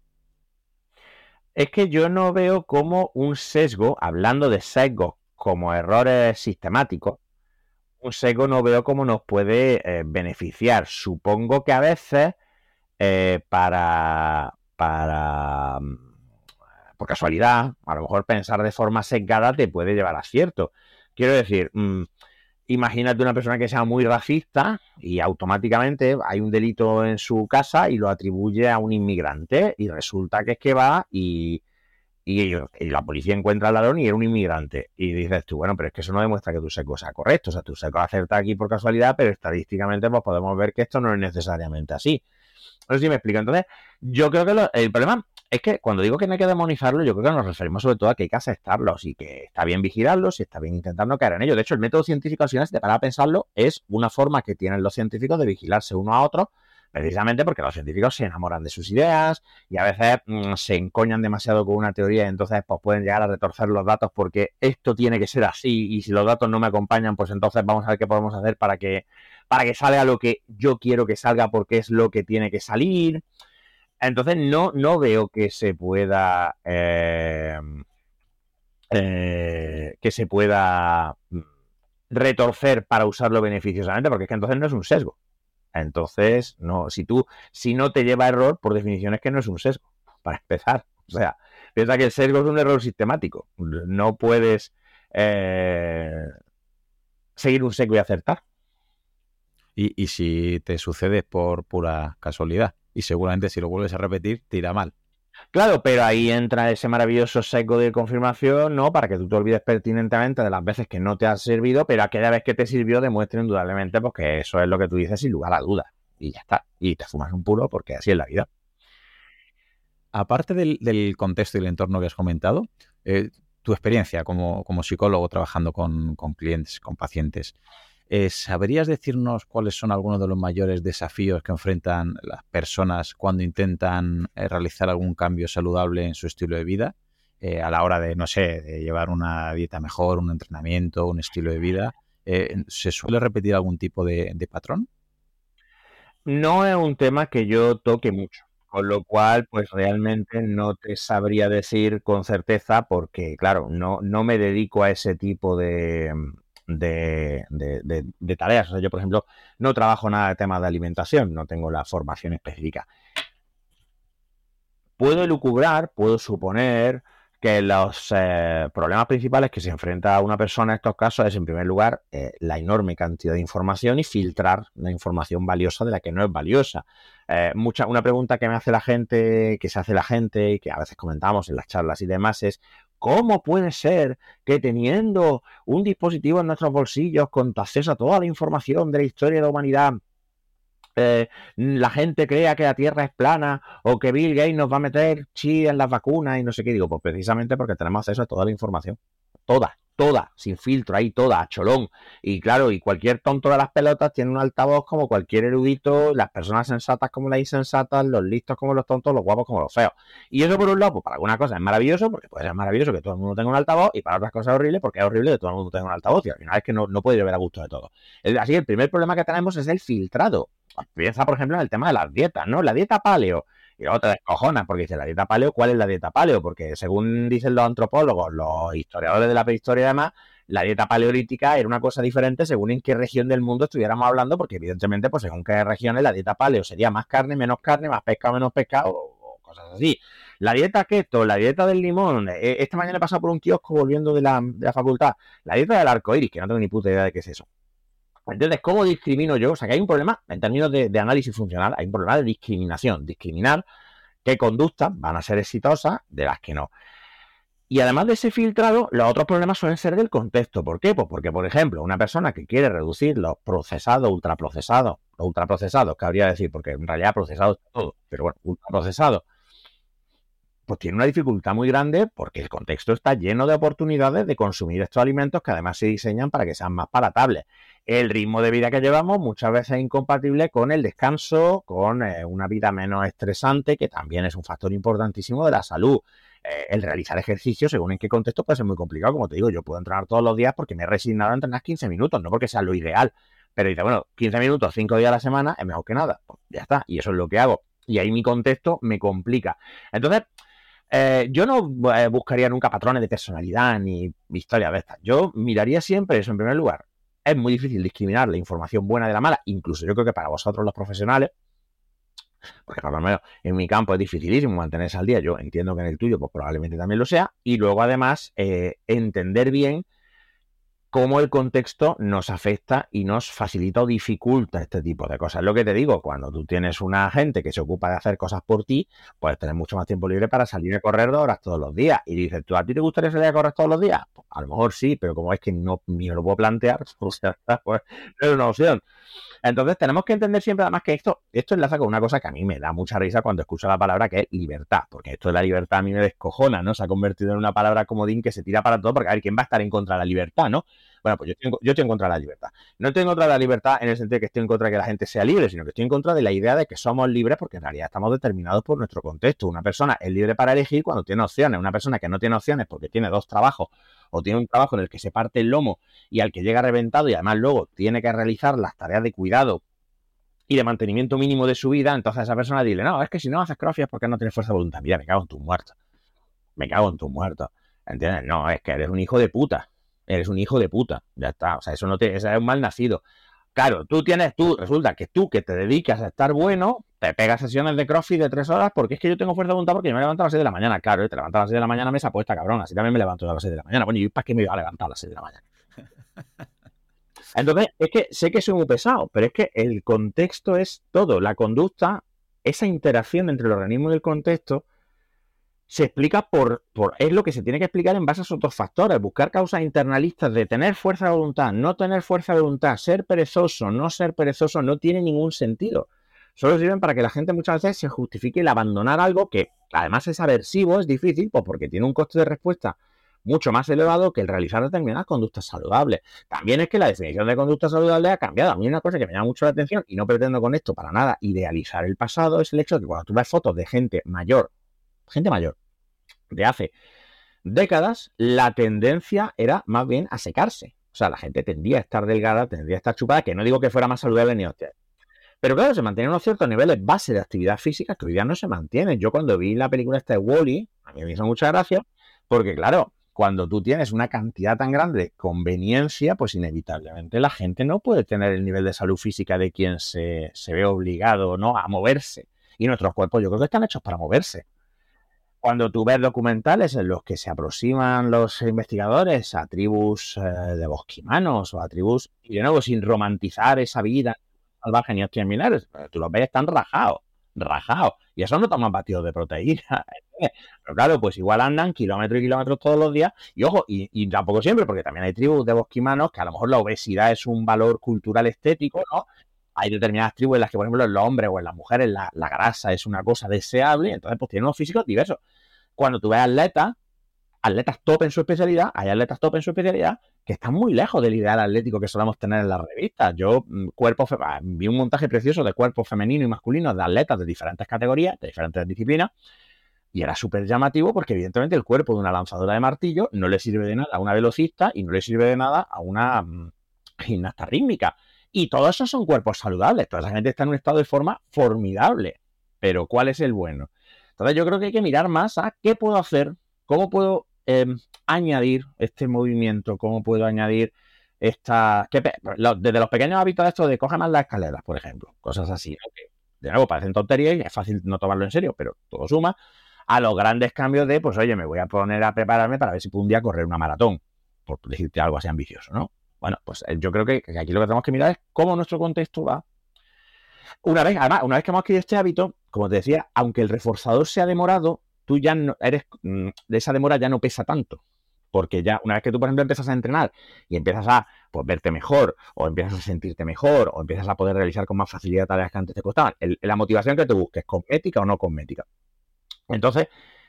Es que yo no veo como un sesgo, hablando de sesgos como errores sistemáticos, un sesgo no veo cómo nos puede eh, beneficiar. Supongo que a veces Eh, para, para, por casualidad, a lo mejor pensar de forma sesgada te puede llevar a acierto. Quiero decir, mmm, imagínate una persona que sea muy racista y automáticamente hay un delito en su casa y lo atribuye a un inmigrante, y resulta que es que va y, y, y la policía encuentra al ladrón y era un inmigrante. Y dices tú, bueno, pero es que eso no demuestra que tu sesgo sea correcto. O sea, tu sesgo acerta aquí por casualidad, pero estadísticamente pues podemos ver que esto no es necesariamente así. No sé si me explico. Entonces, yo creo que lo, el problema es que cuando digo que no hay que demonizarlo, yo creo que nos referimos sobre todo a que hay que aceptarlos y que está bien vigilarlos y está bien intentar no caer en ello. De hecho, el método científico, al final, si te paras a pensarlo, es una forma que tienen los científicos de vigilarse uno a otro, precisamente porque los científicos se enamoran de sus ideas y a veces mmm, se encoñan demasiado con una teoría y entonces pues, pueden llegar a retorcer los datos porque esto tiene que ser así y si los datos no me acompañan, pues entonces vamos a ver qué podemos hacer para que, para que salga lo que yo quiero que salga porque es lo que tiene que salir. Entonces no, no veo que se pueda eh, eh, que se pueda retorcer para usarlo beneficiosamente, porque es que entonces no es un sesgo. Entonces, no, si tú, si no te lleva a error, por definición es que no es un sesgo, para empezar. O sea, piensa que el sesgo es un error sistemático. No puedes eh, seguir un sesgo y acertar. Y, y si te sucede por pura casualidad, y seguramente si lo vuelves a repetir, te irá mal. Claro, pero ahí entra ese maravilloso sesgo de confirmación, ¿no? Para que tú te olvides pertinentemente de las veces que no te ha servido, pero aquella vez que te sirvió demuestre indudablemente pues, que eso es lo que tú dices sin lugar a dudas. Y ya está. Y te fumas un puro porque así es la vida. Aparte del, del contexto y el entorno que has comentado, eh, tu experiencia como, como psicólogo trabajando con, con clientes, con pacientes, Eh, ¿sabrías decirnos cuáles son algunos de los mayores desafíos que enfrentan las personas cuando intentan eh, realizar algún cambio saludable en su estilo de vida? Eh, a la hora de, no sé, de llevar una dieta mejor, un entrenamiento, un estilo de vida. Eh, ¿Se suele repetir algún tipo de, de patrón? No es un tema que yo toque mucho, con lo cual, pues realmente no te sabría decir con certeza porque, claro, no, no me dedico a ese tipo de... De, de, de, de tareas. O sea, yo, por ejemplo, no trabajo nada de temas de alimentación, no tengo la formación específica. Puedo elucubrar, puedo suponer que los eh, problemas principales que se enfrenta una persona en estos casos es, en primer lugar, eh, la enorme cantidad de información y filtrar la información valiosa de la que no es valiosa. Eh, mucha, una pregunta que me hace la gente, que se hace la gente y que a veces comentamos en las charlas y demás es ¿cómo puede ser que teniendo un dispositivo en nuestros bolsillos con acceso a toda la información de la historia de la humanidad, eh, la gente crea que la Tierra es plana o que Bill Gates nos va a meter chi en las vacunas y no sé qué? Digo, pues precisamente porque tenemos acceso a toda la información. Toda, toda, sin filtro, ahí toda, a cholón. Y claro, y cualquier tonto de las pelotas tiene un altavoz como cualquier erudito, las personas sensatas como las insensatas, los listos como los tontos, los guapos como los feos. Y eso por un lado, pues para alguna cosa es maravilloso, porque puede ser maravilloso que todo el mundo tenga un altavoz, y para otras cosas es horrible, porque es horrible que todo el mundo tenga un altavoz, y al final es que no, no puede llover a gusto de todo. Así que el primer problema que tenemos es el filtrado. Piensa, por ejemplo, en el tema de las dietas, ¿no? La dieta paleo. Y luego te descojonas porque dices, ¿la dieta paleo? ¿Cuál es la dieta paleo? Porque según dicen los antropólogos, los historiadores de la prehistoria y demás, la dieta paleolítica era una cosa diferente según en qué región del mundo estuviéramos hablando, porque evidentemente, pues según qué regiones, la dieta paleo sería más carne, menos carne, más pescado, menos pescado, o cosas así. La dieta keto, la dieta del limón. Esta mañana he pasado por un kiosco volviendo de la, de la facultad. La dieta del arco iris, que no tengo ni puta idea de qué es eso. Entonces, ¿cómo discrimino yo? O sea, que hay un problema en términos de, de análisis funcional, hay un problema de discriminación, discriminar qué conductas van a ser exitosas de las que no. Y además de ese filtrado, los otros problemas suelen ser del contexto. ¿Por qué? Pues porque, por ejemplo, una persona que quiere reducir los procesados, ultraprocesados, los ultraprocesados, cabría decir, porque en realidad procesados es todo, pero bueno, ultraprocesados, pues tiene una dificultad muy grande porque el contexto está lleno de oportunidades de consumir estos alimentos que además se diseñan para que sean más palatables. El ritmo de vida que llevamos muchas veces es incompatible con el descanso, con eh, una vida menos estresante, que también es un factor importantísimo de la salud. Eh, el realizar ejercicio, según en qué contexto, puede ser muy complicado. Como te digo, yo puedo entrenar todos los días porque me he resignado a entrenar quince minutos, no porque sea lo ideal. Pero dice, bueno, quince minutos, cinco días a la semana es mejor que nada. Pues ya está, y eso es lo que hago. Y ahí mi contexto me complica. Entonces, Eh, yo no eh, buscaría nunca patrones de personalidad ni historias de estas. Yo miraría siempre eso en primer lugar. Es muy difícil discriminar la información buena de la mala, incluso yo creo que para vosotros los profesionales, porque por lo menos en mi campo es dificilísimo mantenerse al día. Yo entiendo que en el tuyo pues probablemente también lo sea. Y luego además eh, entender bien cómo el contexto nos afecta y nos facilita o dificulta este tipo de cosas. Es lo que te digo, cuando tú tienes una gente que se ocupa de hacer cosas por ti, puedes tener mucho más tiempo libre para salir a correr dos horas todos los días. Y dices, ¿tú a ti te gustaría salir a correr todos los días? Pues a lo mejor sí, pero como es que no ni me lo puedo plantear, o sea, pues no es una opción. Entonces tenemos que entender siempre además que esto, esto enlaza con una cosa que a mí me da mucha risa cuando escucho la palabra, que es libertad, porque esto de la libertad a mí me descojona, ¿no? Se ha convertido en una palabra comodín que se tira para todo, porque a ver, ¿quién va a estar en contra de la libertad, no? Bueno, pues yo estoy, en, yo estoy en contra de la libertad. No estoy en contra de la libertad en el sentido de que estoy en contra de que la gente sea libre, sino que estoy en contra de la idea de que somos libres porque en realidad estamos determinados por nuestro contexto. Una persona es libre para elegir cuando tiene opciones. Una persona que no tiene opciones porque tiene dos trabajos o tiene un trabajo en el que se parte el lomo y al que llega reventado y además luego tiene que realizar las tareas de cuidado y de mantenimiento mínimo de su vida, entonces a esa persona dile, no, es que si no haces crossfit es porque no tienes fuerza de voluntad. Mira, me cago en tus muertos. Me cago en tus muertos. ¿Entiendes? No, es que eres un hijo de puta. Eres un hijo de puta. Ya está. O sea, eso no te, eso es un mal nacido. Claro, tú tienes, tú, resulta que tú que te dedicas a estar bueno, te pegas sesiones de crossfit de tres horas porque es que yo tengo fuerza de voluntad porque yo me levanto a las seis de la mañana. Claro, te levantas a las seis de la mañana, mesa puesta, cabrón. Así también me levanto a las seis de la mañana. Bueno, ¿y para qué me iba a levantar a las seis de la mañana? Entonces, es que sé que soy muy pesado, pero es que el contexto es todo. La conducta, esa interacción entre el organismo y el contexto, se explica por, por... Es lo que se tiene que explicar en base a esos otros factores. Buscar causas internalistas de tener fuerza de voluntad, no tener fuerza de voluntad, ser perezoso, no ser perezoso, no tiene ningún sentido. Solo sirven para que la gente muchas veces se justifique el abandonar algo que además es aversivo, es difícil, pues porque tiene un coste de respuesta mucho más elevado que el realizar determinadas conductas saludables. También es que la definición de conducta saludable ha cambiado. A mí una cosa que me llama mucho la atención, y no pretendo con esto para nada idealizar el pasado, es el hecho de que cuando tú ves fotos de gente mayor, gente mayor, de hace décadas, la tendencia era más bien a secarse. O sea, la gente tendía a estar delgada, tendía a estar chupada, que no digo que fuera más saludable ni hostia. Pero claro, se mantienen unos ciertos niveles base de actividad física que hoy día no se mantienen. Yo cuando vi la película esta de Wall-E, a mí me hizo mucha gracia, porque claro, cuando tú tienes una cantidad tan grande de conveniencia, pues inevitablemente la gente no puede tener el nivel de salud física de quien se, se ve obligado, ¿no?, a moverse. Y nuestros cuerpos yo creo que están hechos para moverse. Cuando tú ves documentales en los que se aproximan los investigadores a tribus eh, de bosquimanos o a tribus, y de nuevo, sin romantizar esa vida salvaje ni hostias milares, tú los ves, están rajados, rajados. Y eso no toman batidos de proteína. Pero claro, pues igual andan kilómetros y kilómetros todos los días. Y ojo, y, y tampoco siempre, porque también hay tribus de bosquimanos que a lo mejor la obesidad es un valor cultural estético, ¿no? Hay determinadas tribus en las que, por ejemplo, en los hombres o en las mujeres la, la grasa es una cosa deseable, entonces pues tienen unos físicos diversos. Cuando tú ves atletas, atletas top en su especialidad, hay atletas top en su especialidad que están muy lejos del ideal atlético que solemos tener en las revistas. Yo cuerpo, vi un montaje precioso de cuerpos femeninos y masculinos de atletas de diferentes categorías, de diferentes disciplinas, y era súper llamativo porque evidentemente el cuerpo de una lanzadora de martillo no le sirve de nada a una velocista y no le sirve de nada a una um, gimnasta rítmica. Y todos esos son cuerpos saludables. Toda esa gente está en un estado de forma formidable. Pero ¿cuál es el bueno? Entonces yo creo que hay que mirar más a qué puedo hacer, cómo puedo eh, añadir este movimiento, cómo puedo añadir esta... Que, desde los pequeños hábitos estos de coge más las escaleras, por ejemplo. Cosas así, ¿no? Que de nuevo parecen tonterías y es fácil no tomarlo en serio, pero todo suma. A los grandes cambios de, pues oye, me voy a poner a prepararme para ver si puedo un día correr una maratón, por decirte algo así ambicioso, ¿no? Bueno, pues yo creo que aquí lo que tenemos que mirar es cómo nuestro contexto va. Una vez, además, una vez que hemos adquirido este hábito, como te decía, aunque el reforzador sea demorado, tú ya no eres, de esa demora ya no pesa tanto. Porque ya, una vez que tú, por ejemplo, empiezas a entrenar y empiezas a pues, verte mejor, o empiezas a sentirte mejor, o empiezas a poder realizar con más facilidad tareas que antes te costaban, el, la motivación que te busques, cosmética o no cosmética. Entonces,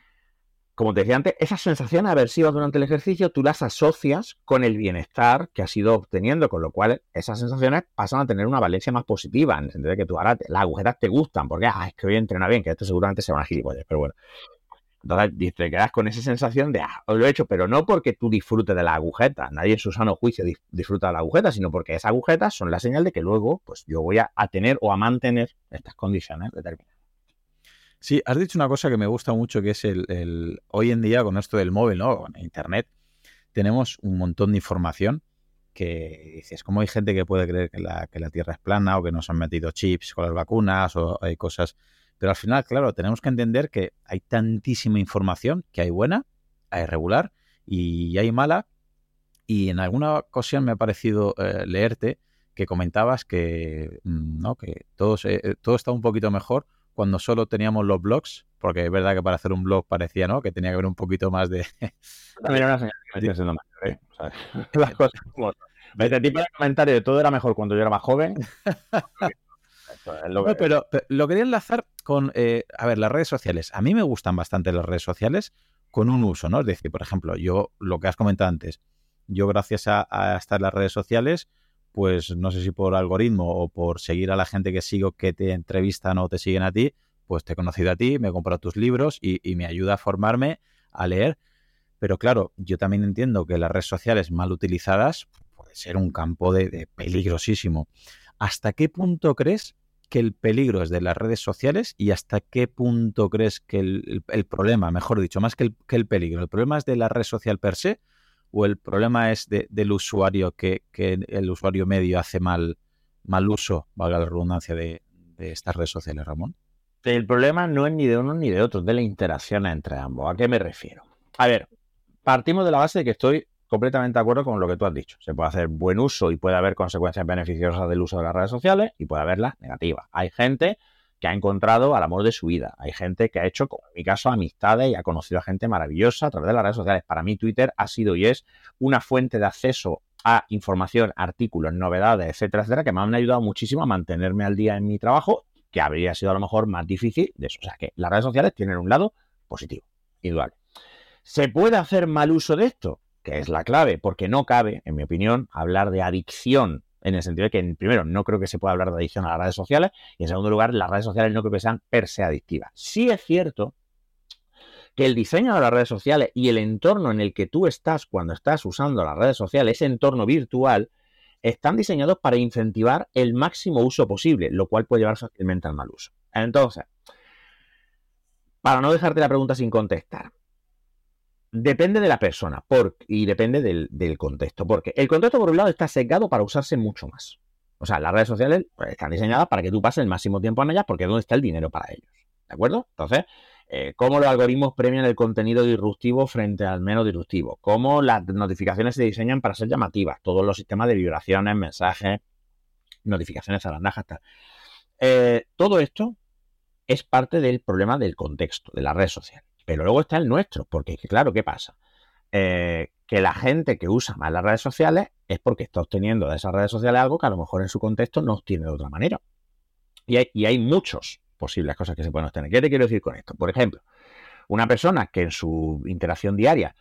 como te decía antes, esas sensaciones aversivas durante el ejercicio tú las asocias con el bienestar que has ido obteniendo, con lo cual esas sensaciones pasan a tener una valencia más positiva, en el sentido de que tú ahora te, las agujetas te gustan, porque ah, es que hoy entrena bien, que esto seguramente se van a gilipollas, pero bueno. Entonces te quedas con esa sensación de, ah, lo he hecho, pero no porque tú disfrutes de las agujetas, nadie en su sano juicio disfruta de las agujetas, sino porque esas agujetas son la señal de que luego pues yo voy a, a tener o a mantener estas condiciones determinadas. Sí, has dicho una cosa que me gusta mucho, que es el, el hoy en día con esto del móvil, ¿no? Con internet, tenemos un montón de información que dices, ¿cómo hay gente que puede creer que la, que la Tierra es plana o que nos han metido chips con las vacunas o hay cosas? Pero al final, claro, tenemos que entender que hay tantísima información, que hay buena, hay regular y hay mala. Y en alguna ocasión me ha parecido eh, leerte que comentabas que, ¿no? que todo, se, todo está un poquito mejor cuando solo teníamos los blogs, porque es verdad que para hacer un blog parecía, ¿no?, que tenía que haber un poquito más de... También era una señal que me estoy haciendo mal, ¿eh? O sea, las cosas como... Este tipo de comentarios de todo era mejor cuando yo era más joven. Esto es lo que... No, pero, pero lo quería enlazar con, eh, a ver, las redes sociales. A mí me gustan bastante las redes sociales con un uso, ¿no? Es decir, por ejemplo, yo, lo que has comentado antes, yo gracias a, a estar en las redes sociales, pues no sé si por algoritmo o por seguir a la gente que sigo que te entrevistan o te siguen a ti, pues te he conocido a ti, me he comprado tus libros y, y me ayuda a formarme, a leer. Pero claro, yo también entiendo que las redes sociales mal utilizadas puede ser un campo de, de peligrosísimo. ¿Hasta qué punto crees que el peligro es de las redes sociales y hasta qué punto crees que el, el, el problema, mejor dicho, más que el, que el peligro, el problema es de la red social per se o el problema es de, del usuario que, que el usuario medio hace mal, mal uso, valga la redundancia, de, de estas redes sociales, Ramón? El problema no es ni de uno ni de otro, es de la interacción entre ambos. ¿A qué me refiero? A ver, partimos de la base de que estoy completamente de acuerdo con lo que tú has dicho. Se puede hacer buen uso y puede haber consecuencias beneficiosas del uso de las redes sociales y puede haberlas negativas. Hay gente que ha encontrado al amor de su vida. Hay gente que ha hecho, como en mi caso, amistades y ha conocido a gente maravillosa a través de las redes sociales. Para mí Twitter ha sido y es una fuente de acceso a información, artículos, novedades, etcétera, etcétera, que me han ayudado muchísimo a mantenerme al día en mi trabajo, que habría sido a lo mejor más difícil de eso. O sea que las redes sociales tienen un lado positivo, indudable. ¿Se puede hacer mal uso de esto? Que es la clave, porque no cabe, en mi opinión, hablar de adicción, en el sentido de que, primero, no creo que se pueda hablar de adicción a las redes sociales, y en segundo lugar, las redes sociales no creo que sean per se adictivas. Sí es cierto que el diseño de las redes sociales y el entorno en el que tú estás cuando estás usando las redes sociales, ese entorno virtual, están diseñados para incentivar el máximo uso posible, lo cual puede llevar fácilmente al mal uso. Entonces, para no dejarte la pregunta sin contestar, depende de la persona por, y depende del, del contexto, porque el contexto, por un lado, está sesgado para usarse mucho más. O sea, las redes sociales pues, están diseñadas para que tú pases el máximo tiempo en ellas porque es donde está el dinero para ellos. ¿De acuerdo? Entonces, eh, ¿cómo los algoritmos premian el contenido disruptivo frente al menos disruptivo? ¿Cómo las notificaciones se diseñan para ser llamativas? Todos los sistemas de vibraciones, mensajes, notificaciones zarandajas, tal. Eh, todo esto es parte del problema del contexto, de la red social. Pero luego está el nuestro, porque claro, ¿qué pasa? Eh, que la gente que usa más las redes sociales es porque está obteniendo de esas redes sociales algo que a lo mejor en su contexto no obtiene de otra manera. Y hay, y hay muchos posibles cosas que se pueden obtener. ¿Qué te quiero decir con esto? Por ejemplo, una persona que en su interacción diaria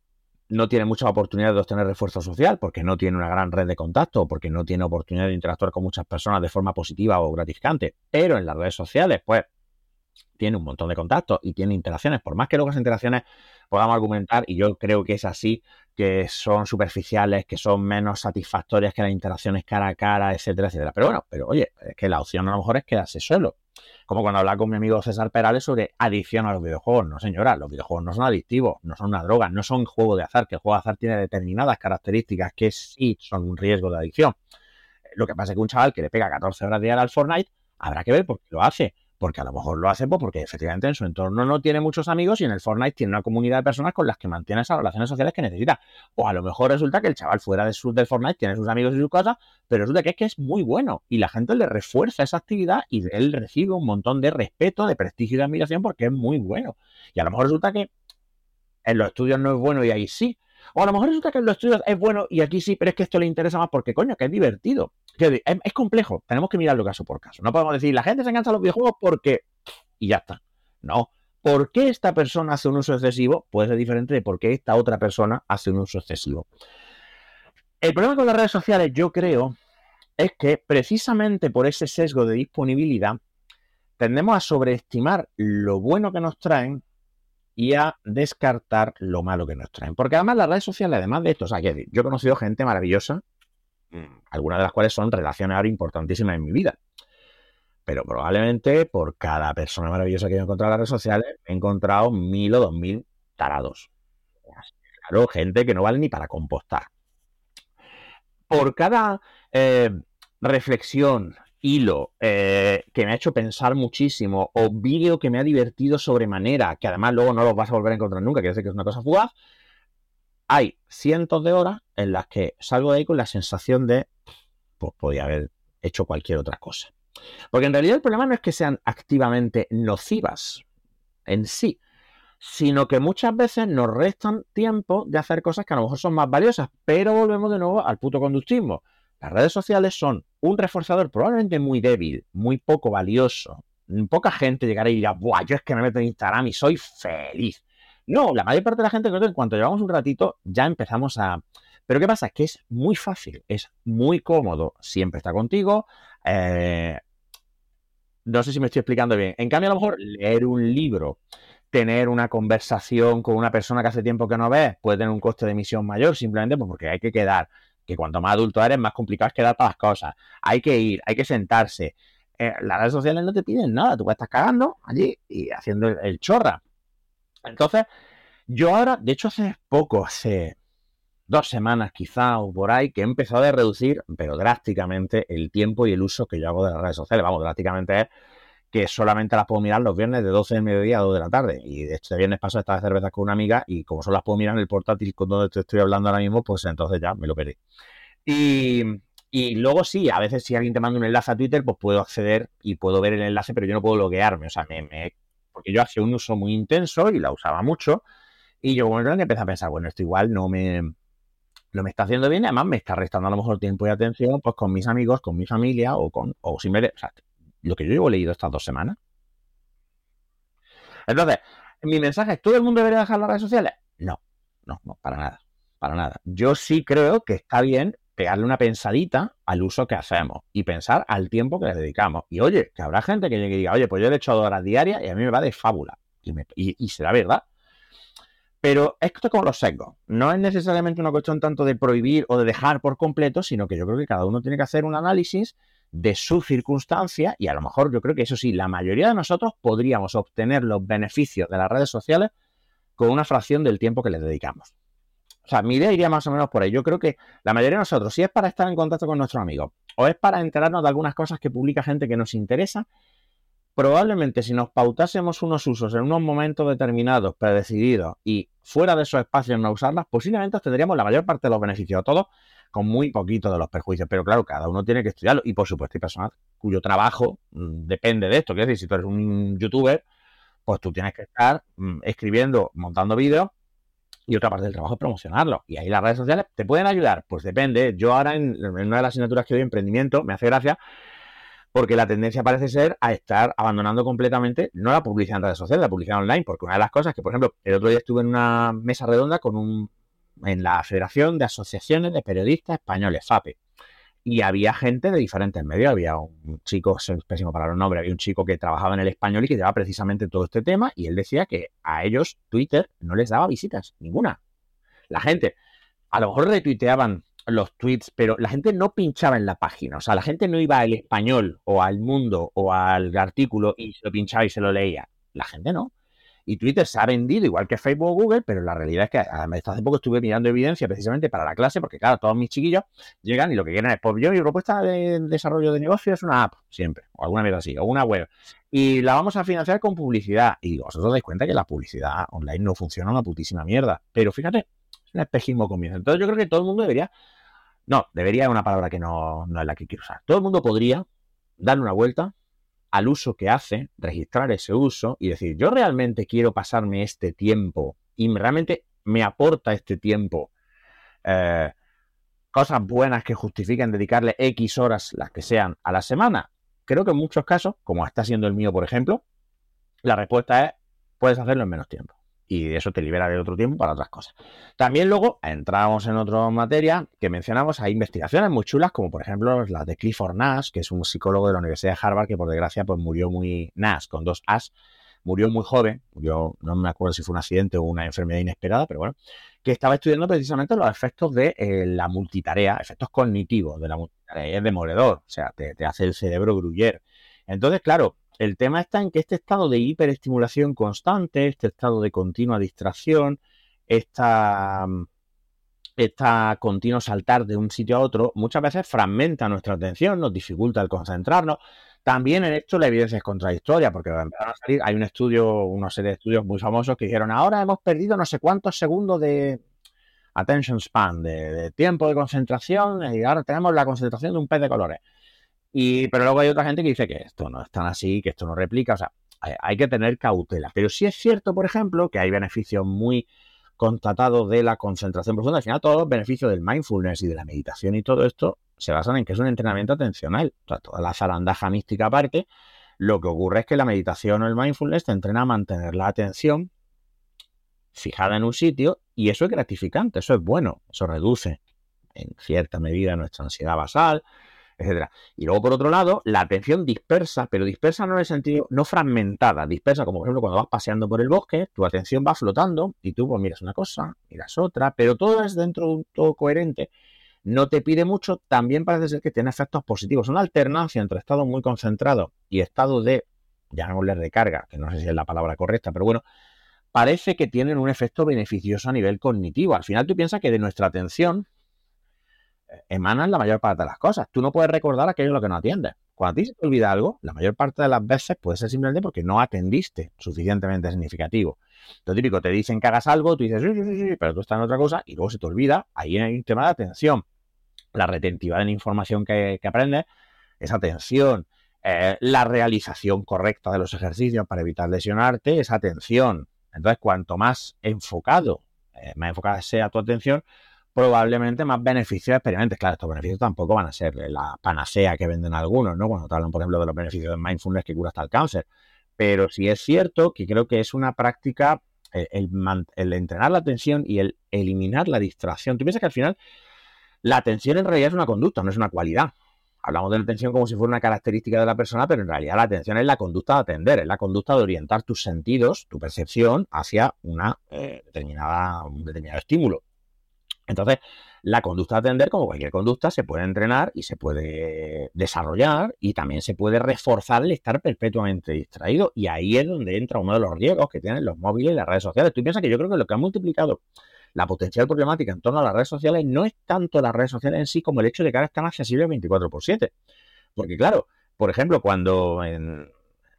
no tiene muchas oportunidades de obtener refuerzo social porque no tiene una gran red de contacto o porque no tiene oportunidad de interactuar con muchas personas de forma positiva o gratificante, pero en las redes sociales, pues, tiene un montón de contactos y tiene interacciones, por más que luego esas interacciones podamos argumentar, y yo creo que es así, que son superficiales, que son menos satisfactorias que las interacciones cara a cara, etcétera, etcétera. Pero bueno, pero oye, es que la opción a lo mejor es quedarse solo. Como cuando hablaba con mi amigo César Perales sobre adicción a los videojuegos. No, señora, los videojuegos no son adictivos, no son una droga, no son juego de azar, que el juego de azar tiene determinadas características que sí son un riesgo de adicción. Lo que pasa es que un chaval que le pega catorce horas diarias al Fortnite, habrá que ver por qué lo hace. Porque a lo mejor lo hace pues, porque efectivamente en su entorno no tiene muchos amigos y en el Fortnite tiene una comunidad de personas con las que mantiene esas relaciones sociales que necesita. O a lo mejor resulta que el chaval fuera de su, del Fortnite tiene sus amigos y sus cosas, pero resulta que es que es muy bueno y la gente le refuerza esa actividad y él recibe un montón de respeto, de prestigio y de admiración porque es muy bueno. Y a lo mejor resulta que en los estudios no es bueno y ahí sí. O a lo mejor resulta que en los estudios es bueno y aquí sí, pero es que esto le interesa más porque, coño, que es divertido. Que es, es complejo. Tenemos que mirarlo caso por caso. No podemos decir, la gente se engancha a los videojuegos porque... y ya está. No. ¿Por qué esta persona hace un uso excesivo? Puede ser diferente de por qué esta otra persona hace un uso excesivo. El problema con las redes sociales, yo creo, es que precisamente por ese sesgo de disponibilidad tendemos a sobreestimar lo bueno que nos traen y a descartar lo malo que nos traen. Porque además las redes sociales, además de esto, o sea, que yo he conocido gente maravillosa, algunas de las cuales son relaciones ahora importantísimas en mi vida. Pero probablemente por cada persona maravillosa que yo he encontrado en las redes sociales, he encontrado mil o dos mil tarados. Claro, gente que no vale ni para compostar. Por cada eh, reflexión, hilo eh, que me ha hecho pensar muchísimo o vídeo que me ha divertido sobremanera, que además luego no los vas a volver a encontrar nunca, quiere decir que es una cosa fugaz, hay cientos de horas en las que salgo de ahí con la sensación de pues podía haber hecho cualquier otra cosa. Porque en realidad el problema no es que sean activamente nocivas en sí, sino que muchas veces nos restan tiempo de hacer cosas que a lo mejor son más valiosas, pero volvemos de nuevo al puto conductismo. Las redes sociales son un reforzador probablemente muy débil, muy poco valioso. Poca gente llegará y dirá, ¡buah! Yo es que me meto en Instagram y soy feliz. No, la mayor parte de la gente creo que en cuanto llevamos un ratito ya empezamos a... Pero ¿qué pasa? Es que es muy fácil, es muy cómodo, siempre está contigo. Eh... No sé si me estoy explicando bien. En cambio, a lo mejor leer un libro, tener una conversación con una persona que hace tiempo que no ves, puede tener un coste de emisión mayor, simplemente pues porque hay que quedar. Que cuanto más adulto eres, más complicado es quedar para las cosas. Hay que ir, hay que sentarse. Eh, las redes sociales no te piden nada, tú puedes estar cagando allí y haciendo el, el chorra. Entonces, yo ahora, de hecho hace poco, hace dos semanas quizá o por ahí, que he empezado a reducir, pero drásticamente, el tiempo y el uso que yo hago de las redes sociales. Vamos, drásticamente es que solamente las puedo mirar los viernes de doce del mediodía a dos de la tarde. Y de este viernes paso esta cervezas con una amiga y como solo las puedo mirar en el portátil con donde te estoy hablando ahora mismo, pues entonces ya me lo perdí. Y, y luego sí, a veces si alguien te manda un enlace a Twitter, pues puedo acceder y puedo ver el enlace, pero yo no puedo loguearme. O sea, me, me, porque yo hacía un uso muy intenso y la usaba mucho. Y yo como que empecé a pensar, bueno, esto igual no me... lo me está haciendo bien y además me está restando a lo mejor tiempo y atención pues con mis amigos, con mi familia o con o simplemente, o sea, lo que yo llevo leído estas dos semanas. Entonces, mi mensaje es, ¿todo el mundo debería dejar las redes sociales? No, no, no, para nada, para nada. Yo sí creo que está bien pegarle una pensadita al uso que hacemos y pensar al tiempo que le dedicamos. Y oye, que habrá gente que llegue y diga, oye, pues yo le he hecho dos horas diarias y a mí me va de fábula. Y, me, y, y será verdad. Pero esto es como los sesgos. No es necesariamente una cuestión tanto de prohibir o de dejar por completo, sino que yo creo que cada uno tiene que hacer un análisis de su circunstancia y a lo mejor yo creo que eso sí, la mayoría de nosotros podríamos obtener los beneficios de las redes sociales con una fracción del tiempo que les dedicamos. O sea, mi idea iría más o menos por ahí. Yo creo que la mayoría de nosotros, si es para estar en contacto con nuestros amigos o es para enterarnos de algunas cosas que publica gente que nos interesa, probablemente si nos pautásemos unos usos en unos momentos determinados, predecididos y fuera de esos espacios no usarlas, posiblemente obtendríamos la mayor parte de los beneficios, todos con muy poquito de los perjuicios. Pero claro, cada uno tiene que estudiarlo y por supuesto hay personas cuyo trabajo mmm, depende de esto. Quiero decir, si tú eres un youtuber, pues tú tienes que estar mmm, escribiendo, montando vídeos y otra parte del trabajo es promocionarlo. Y ahí las redes sociales te pueden ayudar. Pues depende. Yo ahora en, en una de las asignaturas que doy, emprendimiento, me hace gracia porque la tendencia parece ser a estar abandonando completamente, no la publicidad en redes sociales, la publicidad online, porque una de las cosas que, por ejemplo, el otro día estuve en una mesa redonda con un en la Federación de Asociaciones de Periodistas Españoles, FAPE, y había gente de diferentes medios, había un chico, es pésimo para los nombres, había un chico que trabajaba en El Español y que llevaba precisamente todo este tema, y él decía que a ellos Twitter no les daba visitas, ninguna. La gente, a lo mejor retuiteaban los tweets, pero la gente no pinchaba en la página, o sea, la gente no iba al Español o al Mundo o al artículo y se lo pinchaba y se lo leía, la gente no. Y Twitter se ha vendido igual que Facebook o Google, pero la realidad es que además hace poco estuve mirando evidencia precisamente para la clase, porque claro, todos mis chiquillos llegan y lo que quieren es, pues yo mi propuesta de desarrollo de negocio es una app, siempre, o alguna vez así, o una web, y la vamos a financiar con publicidad. Y vosotros os dais cuenta que la publicidad online no funciona una putísima mierda, pero fíjate, es un espejismo comienzo. Entonces yo creo que todo el mundo debería, no, debería es una palabra que no, no es la que quiero usar, todo el mundo podría darle una vuelta al uso que hace, registrar ese uso y decir, yo realmente quiero pasarme este tiempo y realmente me aporta este tiempo eh, cosas buenas que justifiquen dedicarle X horas, las que sean, a la semana. Creo que en muchos casos, como está siendo el mío, por ejemplo, la respuesta es, puedes hacerlo en menos tiempo. Y eso te libera de otro tiempo para otras cosas. También luego entramos en otra materia que mencionamos. Hay investigaciones muy chulas, como por ejemplo las de Clifford Nash, que es un psicólogo de la Universidad de Harvard que por desgracia pues murió muy... Nash, con dos As, murió muy joven. Murió, no me acuerdo si fue un accidente o una enfermedad inesperada, pero bueno, que estaba estudiando precisamente los efectos de eh, la multitarea, efectos cognitivos de la multitarea. Es demoledor, o sea, te, te hace el cerebro gruyer. Entonces, claro, el tema está en que este estado de hiperestimulación constante, este estado de continua distracción, esta, esta continuo saltar de un sitio a otro, muchas veces fragmenta nuestra atención, nos dificulta el concentrarnos. También en esto la evidencia es contradictoria, porque empezaron a salir, hay un estudio, una serie de estudios muy famosos que dijeron, ahora hemos perdido no sé cuántos segundos de attention span, de, de tiempo de concentración, y ahora tenemos la concentración de un pez de colores. Y, pero luego hay otra gente que dice que esto no es tan así, que esto no replica. O sea, hay que tener cautela. Pero sí es cierto, por ejemplo, que hay beneficios muy constatados de la concentración profunda. Al final, todos los beneficios del mindfulness y de la meditación y todo esto se basan en que es un entrenamiento atencional. O sea, toda la zarandaja mística aparte, lo que ocurre es que la meditación o el mindfulness te entrena a mantener la atención fijada en un sitio, y eso es gratificante, eso es bueno, eso reduce en cierta medida nuestra ansiedad basal, etcétera. Y luego, por otro lado, la atención dispersa, pero dispersa no en el sentido, no fragmentada, dispersa, como por ejemplo cuando vas paseando por el bosque, tu atención va flotando y tú pues miras una cosa, miras otra, pero todo es dentro de un todo coherente. No te pide mucho, también parece ser que tiene efectos positivos. Una alternancia entre estado muy concentrado y estado de, llamémosle recarga, que no sé si es la palabra correcta, pero bueno, parece que tienen un efecto beneficioso a nivel cognitivo. Al final tú piensas que de nuestra atención emanan la mayor parte de las cosas. Tú no puedes recordar aquello a lo que no atiendes. Cuando a ti se te olvida algo, la mayor parte de las veces puede ser simplemente porque no atendiste suficientemente significativo. Lo típico, te dicen que hagas algo, tú dices, sí, sí, sí, sí, pero tú estás en otra cosa y luego se te olvida. Ahí hay un tema de atención. La retentiva de la información que, que aprendes, esa atención. Eh, la realización correcta de los ejercicios para evitar lesionarte, esa atención. Entonces, cuanto más enfocado, eh, más enfocada sea tu atención, probablemente más beneficios experimentes. Claro, estos beneficios tampoco van a ser la panacea que venden algunos, ¿no? Cuando te hablan, por ejemplo, de los beneficios del mindfulness que cura hasta el cáncer. Pero sí es cierto que creo que es una práctica, el, el, el entrenar la atención y el eliminar la distracción. Tú piensas que al final la atención en realidad es una conducta, no es una cualidad. Hablamos de la atención como si fuera una característica de la persona, pero en realidad la atención es la conducta de atender, es la conducta de orientar tus sentidos, tu percepción, hacia una eh, determinada, un determinado estímulo. Entonces, la conducta de atender, como cualquier conducta, se puede entrenar y se puede desarrollar, y también se puede reforzar el estar perpetuamente distraído. Y ahí es donde entra uno de los riesgos que tienen los móviles y las redes sociales. Tú piensas que yo creo que lo que ha multiplicado la potencial problemática en torno a las redes sociales no es tanto las redes sociales en sí como el hecho de que ahora están accesibles veinticuatro por siete. Porque claro, por ejemplo, cuando en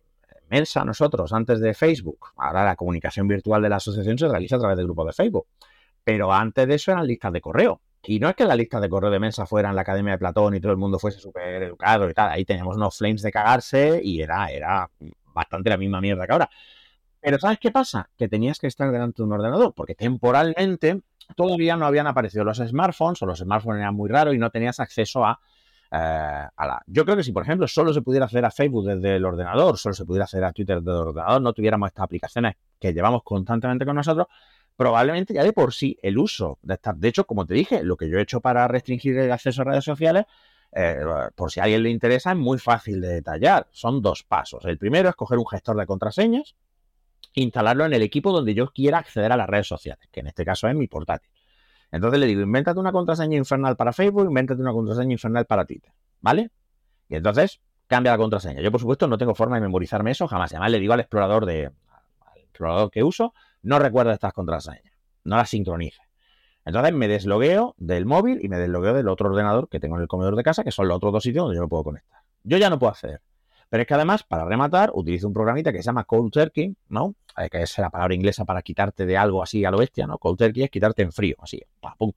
Mensa nosotros, antes de Facebook, ahora la comunicación virtual de la asociación se realiza a través de grupos de Facebook, pero antes de eso eran listas de correo. Y no es que las listas de correo de Mensa fueran la Academia de Platón y todo el mundo fuese súper educado y tal, ahí teníamos unos flames de cagarse y era, era bastante la misma mierda que ahora. Pero ¿sabes qué pasa? Que tenías que estar delante de un ordenador, porque temporalmente todavía no habían aparecido los smartphones, o los smartphones eran muy raros y no tenías acceso a, eh, a la... Yo creo que si, por ejemplo, solo se pudiera acceder a Facebook desde el ordenador, solo se pudiera acceder a Twitter desde el ordenador, no tuviéramos estas aplicaciones que llevamos constantemente con nosotros, probablemente ya de por sí el uso de estas... De hecho, como te dije, lo que yo he hecho para restringir el acceso a redes sociales, eh, por si a alguien le interesa, es muy fácil de detallar. Son dos pasos. El primero es coger un gestor de contraseñas, instalarlo en el equipo donde yo quiera acceder a las redes sociales, que en este caso es mi portátil. Entonces le digo, invéntate una contraseña infernal para Facebook, invéntate una contraseña infernal para Twitter, ¿vale? Y entonces cambia la contraseña. Yo, por supuesto, no tengo forma de memorizarme eso jamás. Además, le digo al explorador de al explorador que uso, no recuerda estas contraseñas, no las sincronice. Entonces me deslogueo del móvil y me deslogueo del otro ordenador que tengo en el comedor de casa, que son los otros dos sitios donde yo me puedo conectar. Yo ya no puedo acceder. Pero es que además, para rematar, utilizo un programita que se llama Cold Turkey, ¿no? Eh, que es la palabra inglesa para quitarte de algo así a lo bestia, ¿no? Cold Turkey es quitarte en frío, así, pum, pum.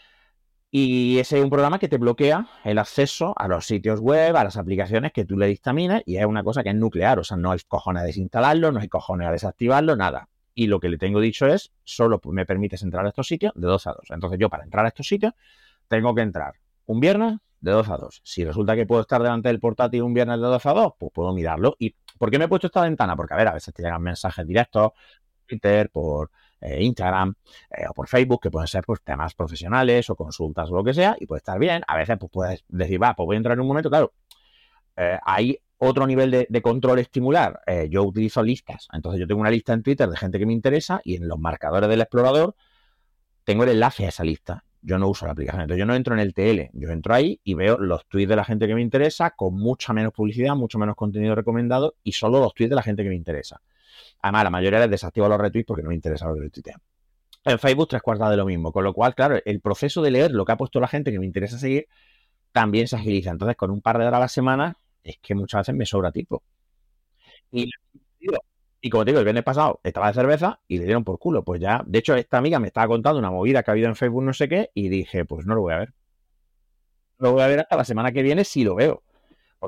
Y ese es un programa que te bloquea el acceso a los sitios web, a las aplicaciones que tú le dictamines, y es una cosa que es nuclear, o sea, no hay cojones a desinstalarlo, no hay cojones a desactivarlo, nada. Y lo que le tengo dicho es, solo me permites entrar a estos sitios de dos a dos. Entonces yo, para entrar a estos sitios, tengo que entrar un viernes de dos a dos. Si resulta que puedo estar delante del portátil un viernes de dos a dos, pues puedo mirarlo. ¿Y por qué me he puesto esta ventana? Porque, a ver, a veces te llegan mensajes directos por Twitter, por eh, Instagram eh, o por Facebook, que pueden ser pues temas profesionales o consultas o lo que sea, y puede estar bien. A veces pues puedes decir, va, pues voy a entrar en un momento. Claro, eh, hay otro nivel de, de control estimular. Eh, yo utilizo listas. Entonces yo tengo una lista en Twitter de gente que me interesa y en los marcadores del explorador tengo el enlace a esa lista. Yo no uso la aplicación, entonces yo no entro en el T L, yo entro ahí y veo los tweets de la gente que me interesa con mucha menos publicidad, mucho menos contenido recomendado y solo los tweets de la gente que me interesa. Además, la mayoría les desactivo los retweets porque no me interesa lo que retuitean. En Facebook tres cuartas de lo mismo, con lo cual, claro, el proceso de leer lo que ha puesto la gente que me interesa seguir también se agiliza. Entonces, con un par de horas a la semana, es que muchas veces me sobra tiempo. Y Y como te digo, el viernes pasado estaba de cerveza y le dieron por culo. Pues ya, de hecho, esta amiga me estaba contando una movida que ha habido en Facebook, no sé qué, y dije, pues no lo voy a ver. No lo voy a ver hasta la semana que viene si lo veo. Porque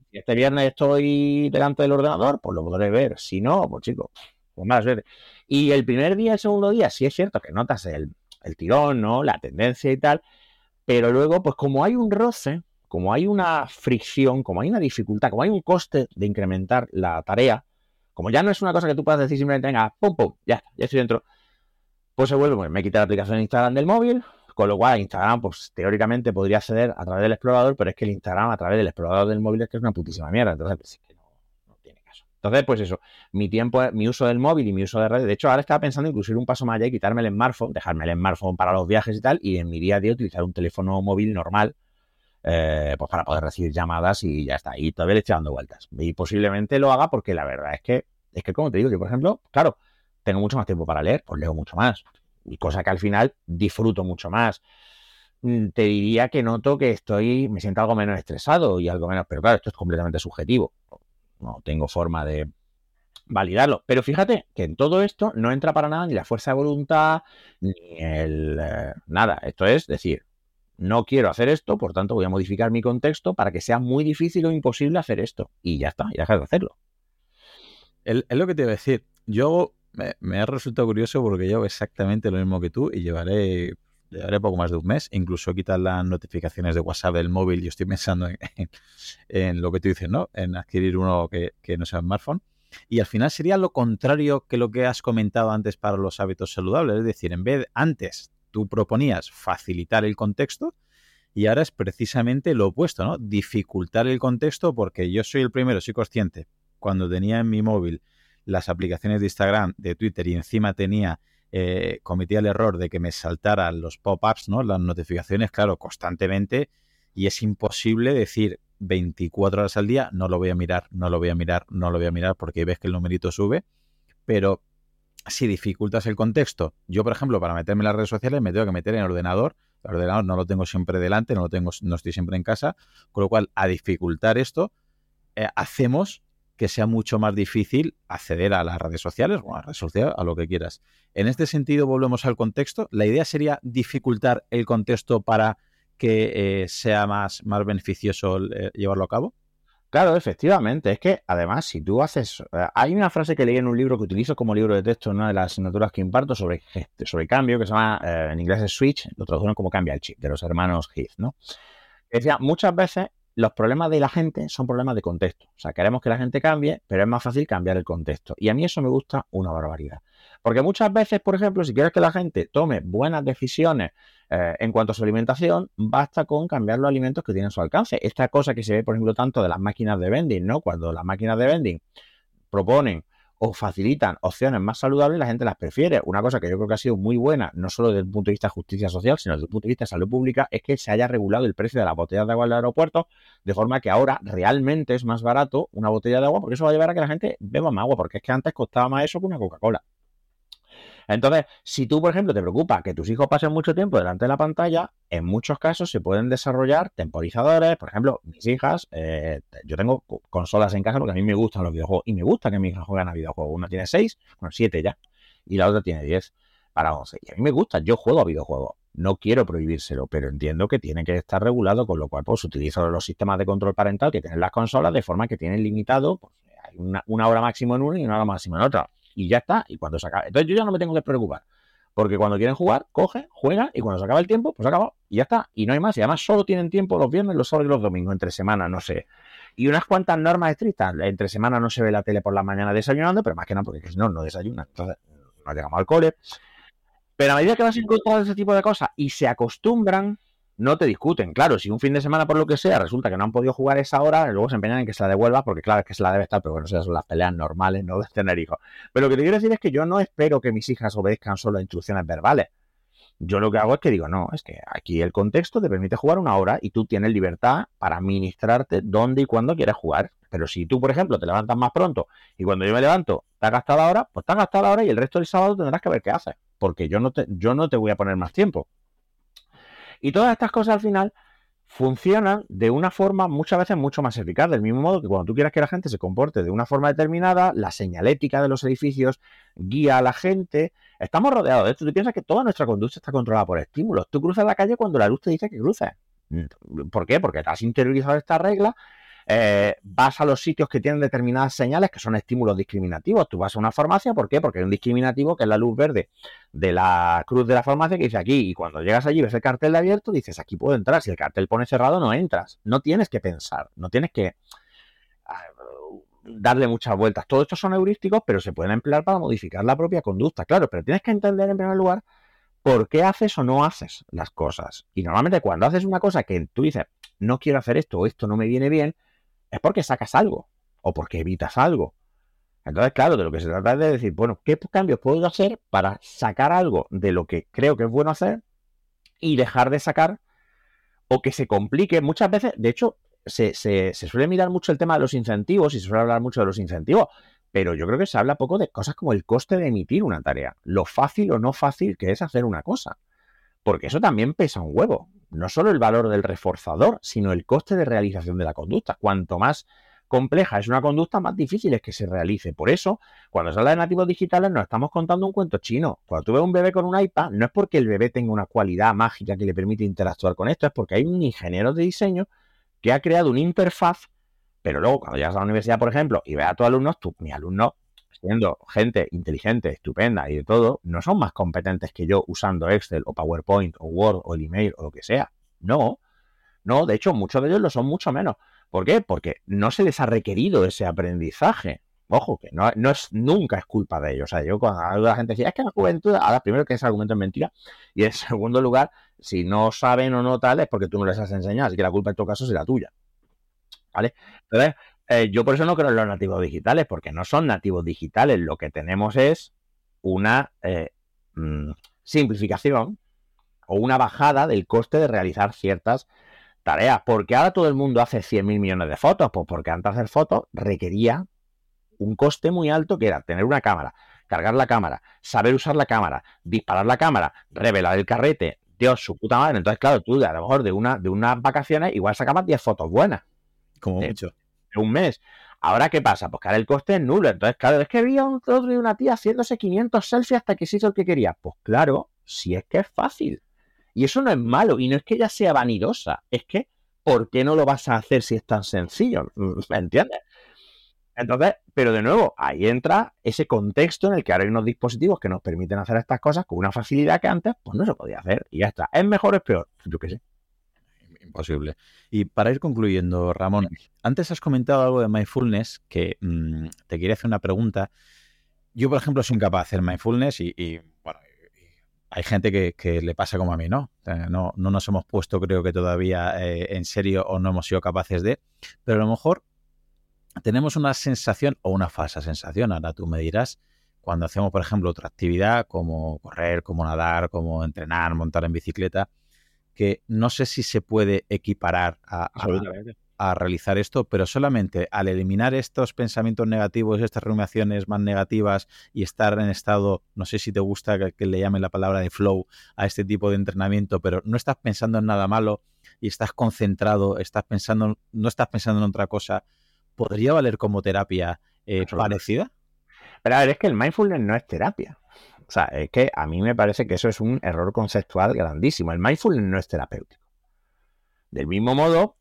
Si este viernes estoy delante del ordenador, pues lo podré ver. Si no, pues chicos, pues más ver. Y el primer día, el segundo día, sí es cierto que notas el, el tirón, ¿no? La tendencia y tal. Pero luego, pues como hay un roce, como hay una fricción, como hay una dificultad, como hay un coste de incrementar la tarea, como ya no es una cosa que tú puedas decir simplemente, venga, pum, pum, ya, ya estoy dentro, pues se vuelve, pues me quita la aplicación de Instagram del móvil, con lo cual Instagram, pues teóricamente podría acceder a través del explorador, pero es que el Instagram a través del explorador del móvil es que es una putísima mierda, entonces pues, es que no, no tiene caso. Entonces, pues eso, mi tiempo, mi uso del móvil y mi uso de redes, de hecho ahora estaba pensando incluso ir un paso más allá y quitarme el smartphone, dejarme el smartphone para los viajes y tal, y en mi día a día utilizar un teléfono móvil normal, eh, pues para poder recibir llamadas y ya está, y todavía le estoy dando vueltas. Y posiblemente lo haga porque la verdad es que, es que como te digo, yo por ejemplo, claro, tengo mucho más tiempo para leer, pues leo mucho más. Y cosa que al final disfruto mucho más. Te diría que noto que estoy, me siento algo menos estresado y algo menos, pero claro, esto es completamente subjetivo. No tengo forma de validarlo. Pero fíjate que en todo esto no entra para nada ni la fuerza de voluntad, ni el eh, nada. Esto es decir, no quiero hacer esto, por tanto voy a modificar mi contexto para que sea muy difícil o imposible hacer esto. Y ya está, y dejar de hacerlo. Es lo que te iba a decir. Yo me, me ha resultado curioso porque llevo exactamente lo mismo que tú y llevaré, llevaré poco más de un mes. Incluso quitar las notificaciones de WhatsApp del móvil y estoy pensando en, en, en lo que tú dices, ¿no? En adquirir uno que, que no sea smartphone. Y al final sería lo contrario que lo que has comentado antes para los hábitos saludables. Es decir, en vez de antes tú proponías facilitar el contexto y ahora es precisamente lo opuesto, ¿no? Dificultar el contexto porque yo soy el primero, soy consciente. Cuando tenía en mi móvil las aplicaciones de Instagram, de Twitter y encima tenía, eh, cometía el error de que me saltaran los pop-ups, ¿no? Las notificaciones, claro, constantemente y es imposible decir veinticuatro horas al día, no lo voy a mirar, no lo voy a mirar, no lo voy a mirar porque ves que el numerito sube, pero si dificultas el contexto, yo por ejemplo para meterme en las redes sociales me tengo que meter en el ordenador, el ordenador no lo tengo siempre delante, no lo tengo, no estoy siempre en casa, con lo cual a dificultar esto eh, hacemos que sea mucho más difícil acceder a las redes sociales o a las redes sociales, a lo que quieras. En este sentido, volvemos al contexto. La idea sería dificultar el contexto para que eh, sea más, más beneficioso eh, llevarlo a cabo. Claro, efectivamente. Es que, además, si tú haces... Eh, hay una frase que leí en un libro que utilizo como libro de texto en una de las asignaturas que imparto sobre, sobre cambio, que se llama, eh, en inglés es Switch, lo tradujeron como Cambia el Chip, de los hermanos Heath, ¿no? Decía, muchas veces los problemas de la gente son problemas de contexto. O sea, queremos que la gente cambie, pero es más fácil cambiar el contexto. Y a mí eso me gusta una barbaridad. Porque muchas veces, por ejemplo, si quieres que la gente tome buenas decisiones eh, en cuanto a su alimentación, basta con cambiar los alimentos que tienen a su alcance. Esta cosa que se ve, por ejemplo, tanto de las máquinas de vending, ¿no? Cuando las máquinas de vending proponen o facilitan opciones más saludables, la gente las prefiere. Una cosa que yo creo que ha sido muy buena, no solo desde el punto de vista de justicia social, sino desde el punto de vista de salud pública, es que se haya regulado el precio de las botellas de agua en el aeropuerto, de forma que ahora realmente es más barato una botella de agua, porque eso va a llevar a que la gente beba más agua, porque es que antes costaba más eso que una Coca-Cola. Entonces, si tú, por ejemplo, te preocupa que tus hijos pasen mucho tiempo delante de la pantalla, en muchos casos se pueden desarrollar temporizadores. Por ejemplo, mis hijas, eh, yo tengo consolas en casa porque a mí me gustan los videojuegos y me gusta que mis hijas jueguen a videojuegos. Una tiene seis, bueno, siete ya, y la otra tiene diez para once. Y a mí me gusta, yo juego a videojuegos. No quiero prohibírselo, pero entiendo que tiene que estar regulado, con lo cual pues utilizo los sistemas de control parental que tienen las consolas de forma que tienen limitado, pues, hay una, una hora máximo en una y una hora máximo en otra. Y ya está, y cuando se acaba. Entonces yo ya no me tengo que preocupar, porque cuando quieren jugar, cogen, juegan, y cuando se acaba el tiempo, pues se acabó, y ya está, y no hay más. Y además solo tienen tiempo los viernes, los sábados y los domingos, entre semana, no sé. Y unas cuantas normas estrictas. Entre semana no se ve la tele por la mañana desayunando, pero más que nada porque si no, no desayunan. Entonces no llegamos al cole. Pero a medida que vas encontrando ese tipo de cosas y se acostumbran, no te discuten. Claro, si un fin de semana por lo que sea resulta que no han podido jugar esa hora, luego se empeñan en que se la devuelva, porque claro, es que se la debe estar, pero bueno, esas son las peleas normales, no de tener hijos. Pero lo que te quiero decir es que yo no espero que mis hijas obedezcan solo a instrucciones verbales. Yo lo que hago es que digo, no, es que aquí el contexto te permite jugar una hora y tú tienes libertad para administrarte dónde y cuándo quieres jugar. Pero si tú, por ejemplo, te levantas más pronto y cuando yo me levanto te has gastado la hora, pues te has gastado la hora y el resto del sábado tendrás que ver qué haces, porque yo no te, yo no te voy a poner más tiempo. Y todas estas cosas al final funcionan de una forma muchas veces mucho más eficaz, del mismo modo que cuando tú quieras que la gente se comporte de una forma determinada, la señalética de los edificios guía a la gente. Estamos rodeados de esto. Tú piensas que toda nuestra conducta está controlada por estímulos. Tú cruzas la calle cuando la luz te dice que cruces. ¿Por qué? Porque te has interiorizado esta regla. Eh, vas a los sitios que tienen determinadas señales que son estímulos discriminativos. Tú vas a una farmacia, ¿por qué? Porque hay un discriminativo que es la luz verde de la cruz de la farmacia que dice aquí, y cuando llegas allí ves el cartel de abierto, dices aquí puedo entrar. Si el cartel pone cerrado, no entras. No tienes que pensar, no tienes que uh, darle muchas vueltas. Todo esto son heurísticos, pero se pueden emplear para modificar la propia conducta, claro, pero tienes que entender en primer lugar por qué haces o no haces las cosas. Y normalmente cuando haces una cosa que tú dices, no quiero hacer esto o esto no me viene bien, es porque sacas algo o porque evitas algo. Entonces, claro, de lo que se trata es de decir, bueno, ¿qué cambios puedo hacer para sacar algo de lo que creo que es bueno hacer y dejar de sacar o que se complique? Muchas veces, de hecho, se, se, se suele mirar mucho el tema de los incentivos y se suele hablar mucho de los incentivos, pero yo creo que se habla poco de cosas como el coste de emitir una tarea, lo fácil o no fácil que es hacer una cosa, porque eso también pesa un huevo. No solo el valor del reforzador, sino el coste de realización de la conducta. Cuanto más compleja es una conducta, más difícil es que se realice. Por eso, cuando se habla de nativos digitales, nos estamos contando un cuento chino. Cuando tú ves un bebé con un iPad, no es porque el bebé tenga una cualidad mágica que le permite interactuar con esto, es porque hay un ingeniero de diseño que ha creado una interfaz, pero luego cuando llegas a la universidad, por ejemplo, y ves a tus alumnos, tú, mis alumnos, siendo gente inteligente, estupenda y de todo, no son más competentes que yo usando Excel o PowerPoint o Word o el email o lo que sea. No, no, de hecho muchos de ellos lo son mucho menos. ¿Por qué? Porque no se les ha requerido ese aprendizaje. Ojo, que no, no es nunca es culpa de ellos. O sea, yo cuando la gente decía, es que la juventud, ahora primero que ese argumento es mentira, y en segundo lugar, si no saben o no tal, es porque tú no les has enseñado, así que la culpa en todo caso será tuya. ¿Vale? Entonces, Eh, yo por eso no creo en los nativos digitales, porque no son nativos digitales. Lo que tenemos es una eh, mmm, simplificación o una bajada del coste de realizar ciertas tareas. ¿Por qué ahora todo el mundo hace cien mil millones de fotos? Pues porque antes hacer fotos requería un coste muy alto, que era tener una cámara, cargar la cámara, saber usar la cámara, disparar la cámara, revelar el carrete. Dios, su puta madre. Entonces, claro, tú a lo mejor de, una, de unas vacaciones igual sacabas diez fotos buenas. Como mucho. De un mes. Ahora, ¿qué pasa? Pues que ahora el coste es nulo. Entonces, claro, es que había un otro de una tía haciéndose quinientos selfies hasta que se hizo el que quería. Pues claro, si es que es fácil. Y eso no es malo. Y no es que ella sea vanidosa. Es que, ¿por qué no lo vas a hacer si es tan sencillo? ¿Me entiendes? Entonces, pero de nuevo, ahí entra ese contexto en el que ahora hay unos dispositivos que nos permiten hacer estas cosas con una facilidad que antes pues no se podía hacer. Y ya está. ¿Es mejor o es peor? Yo qué sé. Imposible. Y para ir concluyendo, Ramón, antes has comentado algo de mindfulness que mmm, te quería hacer una pregunta. Yo, por ejemplo, soy incapaz de hacer mindfulness y, y bueno, y hay gente que, que le pasa como a mí, ¿no? Eh, no, no nos hemos puesto, creo que todavía eh, en serio o no hemos sido capaces de, pero a lo mejor tenemos una sensación o una falsa sensación, ahora tú me dirás, cuando hacemos, por ejemplo, otra actividad como correr, como nadar, como entrenar, montar en bicicleta, que no sé si se puede equiparar a, a, a realizar esto, pero solamente al eliminar estos pensamientos negativos, estas rumiaciones más negativas y estar en estado, no sé si te gusta que, que le llamen la palabra de flow a este tipo de entrenamiento, pero no estás pensando en nada malo y estás concentrado, estás pensando, no estás pensando en otra cosa, ¿podría valer como terapia eh, parecida? Pero a ver, es que el mindfulness no es terapia. O sea, es que a mí me parece que eso es un error conceptual grandísimo. El mindfulness no es terapéutico. Del mismo modo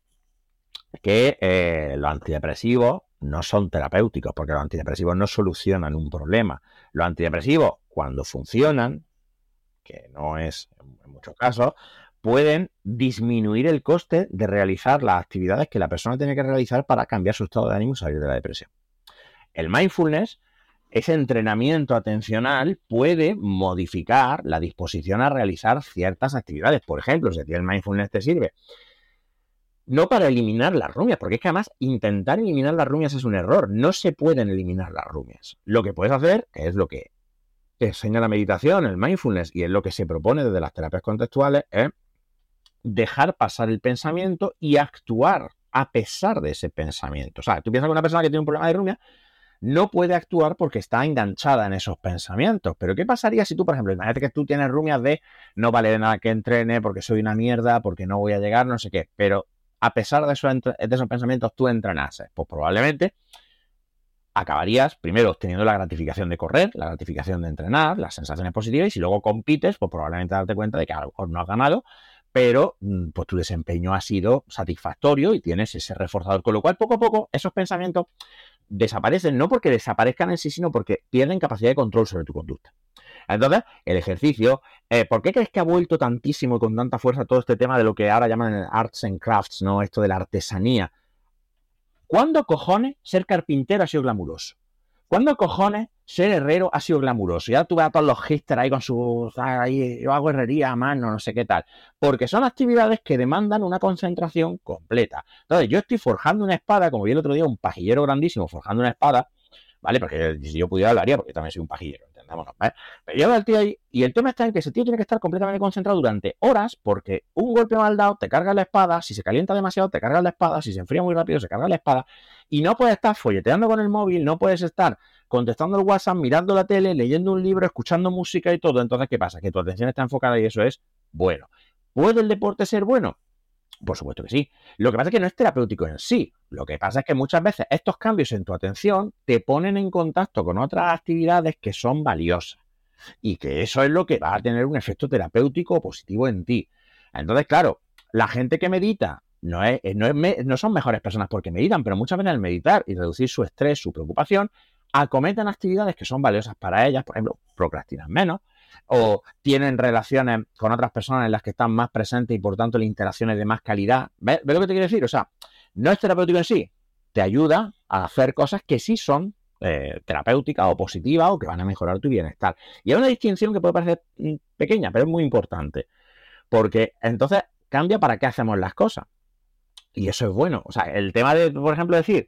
que eh, los antidepresivos no son terapéuticos, porque los antidepresivos no solucionan un problema. Los antidepresivos, cuando funcionan, que no es en muchos casos, pueden disminuir el coste de realizar las actividades que la persona tiene que realizar para cambiar su estado de ánimo y salir de la depresión. El mindfulness, ese entrenamiento atencional, puede modificar la disposición a realizar ciertas actividades. Por ejemplo, si el mindfulness te sirve no para eliminar las rumias, porque es que además intentar eliminar las rumias es un error. No se pueden eliminar las rumias. Lo que puedes hacer, que es lo que te enseña la meditación, el mindfulness, y es lo que se propone desde las terapias contextuales, es dejar pasar el pensamiento y actuar a pesar de ese pensamiento. O sea, tú piensas que una persona que tiene un problema de rumia no puede actuar porque está enganchada en esos pensamientos. Pero ¿qué pasaría si tú, por ejemplo, imagínate que tú tienes rumias de no vale de nada que entrene porque soy una mierda, porque no voy a llegar, no sé qué, pero a pesar de esos, de esos pensamientos tú entrenases? Pues probablemente acabarías primero obteniendo la gratificación de correr, la gratificación de entrenar, las sensaciones positivas, y si luego compites, pues probablemente darte cuenta de que a lo mejor no has ganado, pero pues tu desempeño ha sido satisfactorio y tienes ese reforzador, con lo cual poco a poco esos pensamientos desaparecen, no porque desaparezcan en sí, sino porque pierden capacidad de control sobre tu conducta. Entonces, el ejercicio, eh, ¿por qué crees que ha vuelto tantísimo y con tanta fuerza todo este tema de lo que ahora llaman arts and crafts, ¿no? Esto de la artesanía. ¿Cuándo cojones ser carpintero ha sido glamuroso? ¿Cuándo cojones ser herrero ha sido glamuroso? Ya tú ves a todos los hipsters ahí con sus... Ahí, yo hago herrería a mano, no sé qué tal. Porque son actividades que demandan una concentración completa. Entonces, yo estoy forjando una espada, como vi el otro día, un pajillero grandísimo forjando una espada, ¿vale? Porque si yo pudiera hablaría, porque también soy un pajillero, entendámonos, ¿vale? Pero yo veo al tío ahí, y el tema está en que ese tío tiene que estar completamente concentrado durante horas, porque un golpe mal dado te carga la espada, si se calienta demasiado te carga la espada, si se enfría muy rápido se carga la espada, y no puedes estar folleteando con el móvil, no puedes estar contestando el WhatsApp, mirando la tele, leyendo un libro, escuchando música y todo. Entonces, ¿qué pasa? Que tu atención está enfocada y eso es bueno. ¿Puede el deporte ser bueno? Por supuesto que sí. Lo que pasa es que no es terapéutico en sí. Lo que pasa es que muchas veces estos cambios en tu atención te ponen en contacto con otras actividades que son valiosas y que eso es lo que va a tener un efecto terapéutico positivo en ti. Entonces, claro, la gente que medita no, es, no, es, no son mejores personas porque meditan, pero muchas veces al meditar y reducir su estrés, su preocupación, acometen actividades que son valiosas para ellas, por ejemplo, procrastinan menos, o tienen relaciones con otras personas en las que están más presentes y por tanto la interacción es de más calidad. ¿Ves, ¿Ves lo que te quiero decir? O sea, no es terapéutico en sí, te ayuda a hacer cosas que sí son eh, terapéuticas o positivas o que van a mejorar tu bienestar. Y hay una distinción que puede parecer pequeña, pero es muy importante, porque entonces cambia para qué hacemos las cosas. Y eso es bueno. O sea, el tema de, por ejemplo, decir...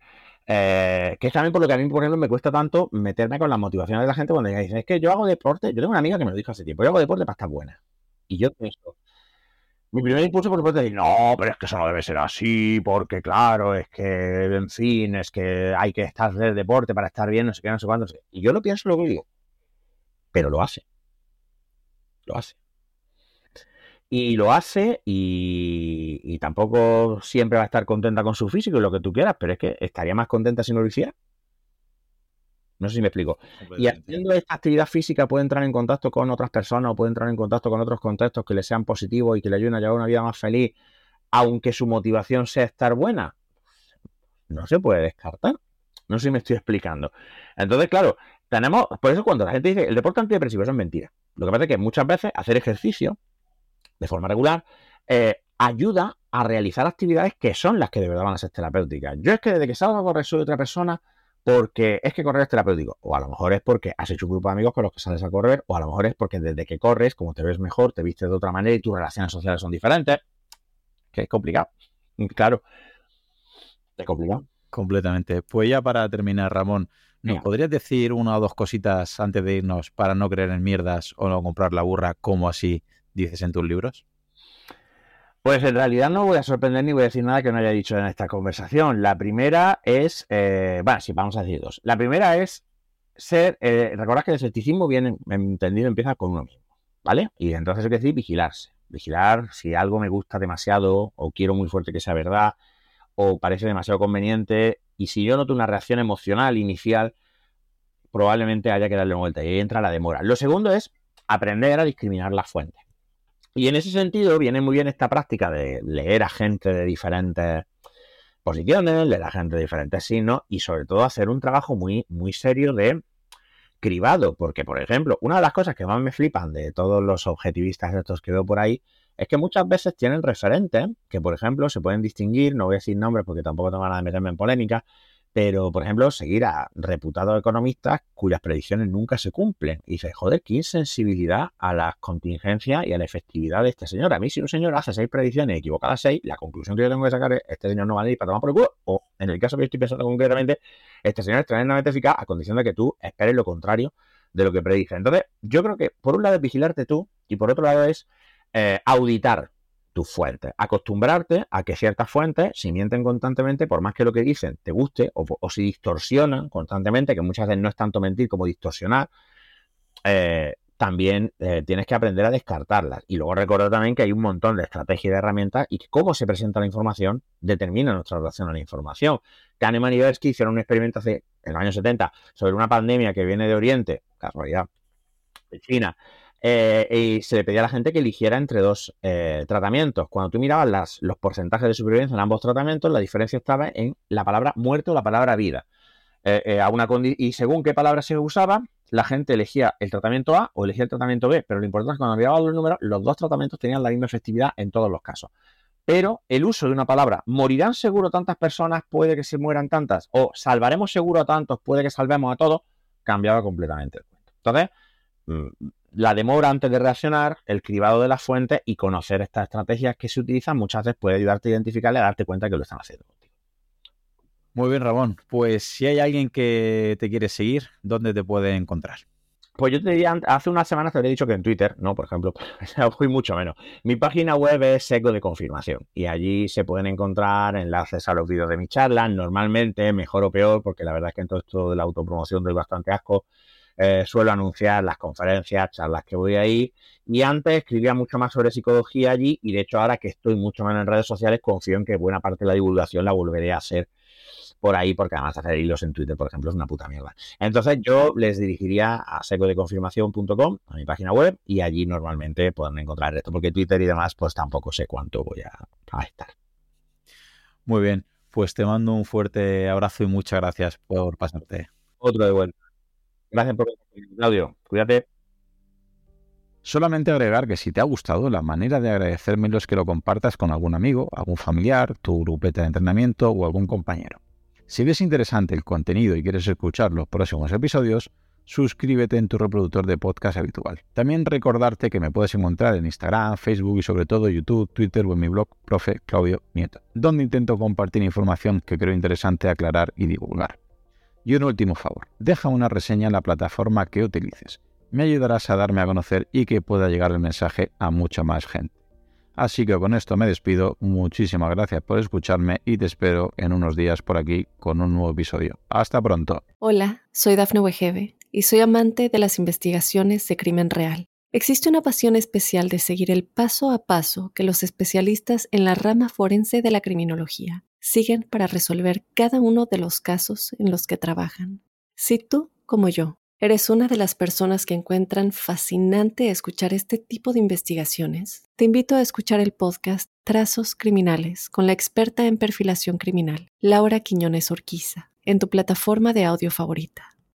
Eh, que es también por lo que a mí, por ejemplo, me cuesta tanto meterme con las motivaciones de la gente cuando dicen, es que yo hago deporte, yo tengo una amiga que me lo dijo hace tiempo, yo hago deporte para estar buena. Y yo pienso, mi primer impulso por supuesto es decir, no, pero es que eso no debe ser así, porque claro, es que, en fin, es que hay que estar de deporte para estar bien, no sé qué, no sé cuándo. No sé. Y yo lo pienso luego y digo, pero lo hace. Lo hace. Y lo hace y, y tampoco siempre va a estar contenta con su físico y lo que tú quieras, pero es que estaría más contenta si no lo hiciera. No sé si me explico. Y haciendo esta actividad física puede entrar en contacto con otras personas o puede entrar en contacto con otros contextos que le sean positivos y que le ayuden a llevar una vida más feliz, aunque su motivación sea estar buena. No se puede descartar. No sé si me estoy explicando. Entonces, claro, tenemos... Por eso cuando la gente dice el deporte antidepresivo, eso es mentira. Lo que pasa es que muchas veces hacer ejercicio de forma regular, eh, ayuda a realizar actividades que son las que de verdad van a ser terapéuticas. Yo es que desde que salgo a correr soy otra persona porque es que correr es terapéutico. O a lo mejor es porque has hecho un grupo de amigos con los que sales a correr, o a lo mejor es porque desde que corres, como te ves mejor, te vistes de otra manera y tus relaciones sociales son diferentes. Que es complicado. Claro. Es complicado. Completamente. Pues ya para terminar, Ramón, ¿nos Mira. podrías decir una o dos cositas antes de irnos para no creer en mierdas o no comprar la burra, como así dices en tus libros? Pues en realidad no voy a sorprender ni voy a decir nada que no haya dicho en esta conversación. La primera es, eh, bueno, sí, vamos a decir dos. La primera es ser, eh, recordad que el escepticismo bien entendido empieza con uno mismo, ¿vale? Y entonces hay que decir vigilarse. Vigilar si algo me gusta demasiado o quiero muy fuerte que sea verdad o parece demasiado conveniente y si yo noto una reacción emocional inicial, probablemente haya que darle una vuelta y ahí entra la demora. Lo segundo es aprender a discriminar las fuentes. Y en ese sentido viene muy bien esta práctica de leer a gente de diferentes posiciones, leer a gente de diferentes signos y sobre todo hacer un trabajo muy, muy serio de cribado. Porque, por ejemplo, una de las cosas que más me flipan de todos los objetivistas estos que veo por ahí es que muchas veces tienen referentes que, por ejemplo, se pueden distinguir, no voy a decir nombres porque tampoco tengo ganas de meterme en polémica, pero, por ejemplo, seguir a reputados economistas cuyas predicciones nunca se cumplen. Y dices, joder, qué insensibilidad a las contingencias y a la efectividad de este señor. A mí, si un señor hace seis predicciones equivocadas seis, la conclusión que yo tengo que sacar es, este señor no va a ir para tomar por el culo. O, en el caso que yo estoy pensando concretamente, este señor es tremendamente eficaz a condición de que tú esperes lo contrario de lo que predice. Entonces, yo creo que, por un lado, es vigilarte tú y, por otro lado, es eh, auditar tus fuentes, acostumbrarte a que ciertas fuentes, si mienten constantemente, por más que lo que dicen te guste, o, o si distorsionan constantemente, que muchas veces no es tanto mentir como distorsionar, eh, también eh, tienes que aprender a descartarlas. Y luego recordar también que hay un montón de estrategias y de herramientas y que cómo se presenta la información determina nuestra relación a la información. Kahneman y Tversky hicieron un experimento hace, en los años setenta, sobre una pandemia que viene de Oriente, casualidad, de China, eh, y se le pedía a la gente que eligiera entre dos eh, tratamientos. Cuando tú mirabas las, los porcentajes de supervivencia en ambos tratamientos, la diferencia estaba en la palabra muerte o la palabra vida. Eh, eh, a una y según qué palabra se usaba, la gente elegía el tratamiento A o elegía el tratamiento B, pero lo importante es que cuando mirabas los números, los dos tratamientos tenían la misma efectividad en todos los casos. Pero el uso de una palabra, ¿morirán seguro tantas personas? Puede que se mueran tantas. O ¿salvaremos seguro a tantos? Puede que salvemos a todos. Cambiaba completamente el cuento. Entonces, la demora antes de reaccionar, el cribado de las fuentes y conocer estas estrategias que se utilizan muchas veces puede ayudarte a identificarle y a darte cuenta que lo están haciendo contigo. Muy bien, Ramón. Pues si hay alguien que te quiere seguir, ¿dónde te puede encontrar? Pues yo te diría, hace unas semanas te habría dicho que en Twitter, ¿no? Por ejemplo, fui mucho menos. Mi página web es Seco de Confirmación y allí se pueden encontrar enlaces a los vídeos de mis charlas, normalmente, mejor o peor, porque la verdad es que en todo esto de la autopromoción doy bastante asco. Eh, suelo anunciar las conferencias, charlas que voy a ir, y antes escribía mucho más sobre psicología allí, y de hecho ahora que estoy mucho menos en redes sociales, confío en que buena parte de la divulgación la volveré a hacer por ahí, porque además hacer hilos en Twitter, por ejemplo, es una puta mierda. Entonces yo les dirigiría a seco de confirmación punto com, a mi página web, y allí normalmente pueden encontrar esto, porque Twitter y demás, pues tampoco sé cuánto voy a, a estar. Muy bien, pues te mando un fuerte abrazo y muchas gracias por pasarte. Otro de vuelta. Gracias por el Claudio. Cuídate. Solamente agregar que si te ha gustado, la manera de agradecérmelo es que lo compartas con algún amigo, algún familiar, tu grupeta de entrenamiento o algún compañero. Si ves interesante el contenido y quieres escuchar los próximos episodios, suscríbete en tu reproductor de podcast habitual. También recordarte que me puedes encontrar en Instagram, Facebook y sobre todo YouTube, Twitter o en mi blog Profe Claudio Nieto, donde intento compartir información que creo interesante aclarar y divulgar. Y un último favor, deja una reseña en la plataforma que utilices. Me ayudarás a darme a conocer y que pueda llegar el mensaje a mucha más gente. Así que con esto me despido, muchísimas gracias por escucharme y te espero en unos días por aquí con un nuevo episodio. ¡Hasta pronto! Hola, soy Dafne Wegebe y soy amante de las investigaciones de crimen real. Existe una pasión especial de seguir el paso a paso que los especialistas en la rama forense de la criminología siguen para resolver cada uno de los casos en los que trabajan. Si tú, como yo, ¿eres una de las personas que encuentran fascinante escuchar este tipo de investigaciones? Te invito a escuchar el podcast Trazos Criminales con la experta en perfilación criminal, Laura Quiñones Orquiza, en tu plataforma de audio favorita.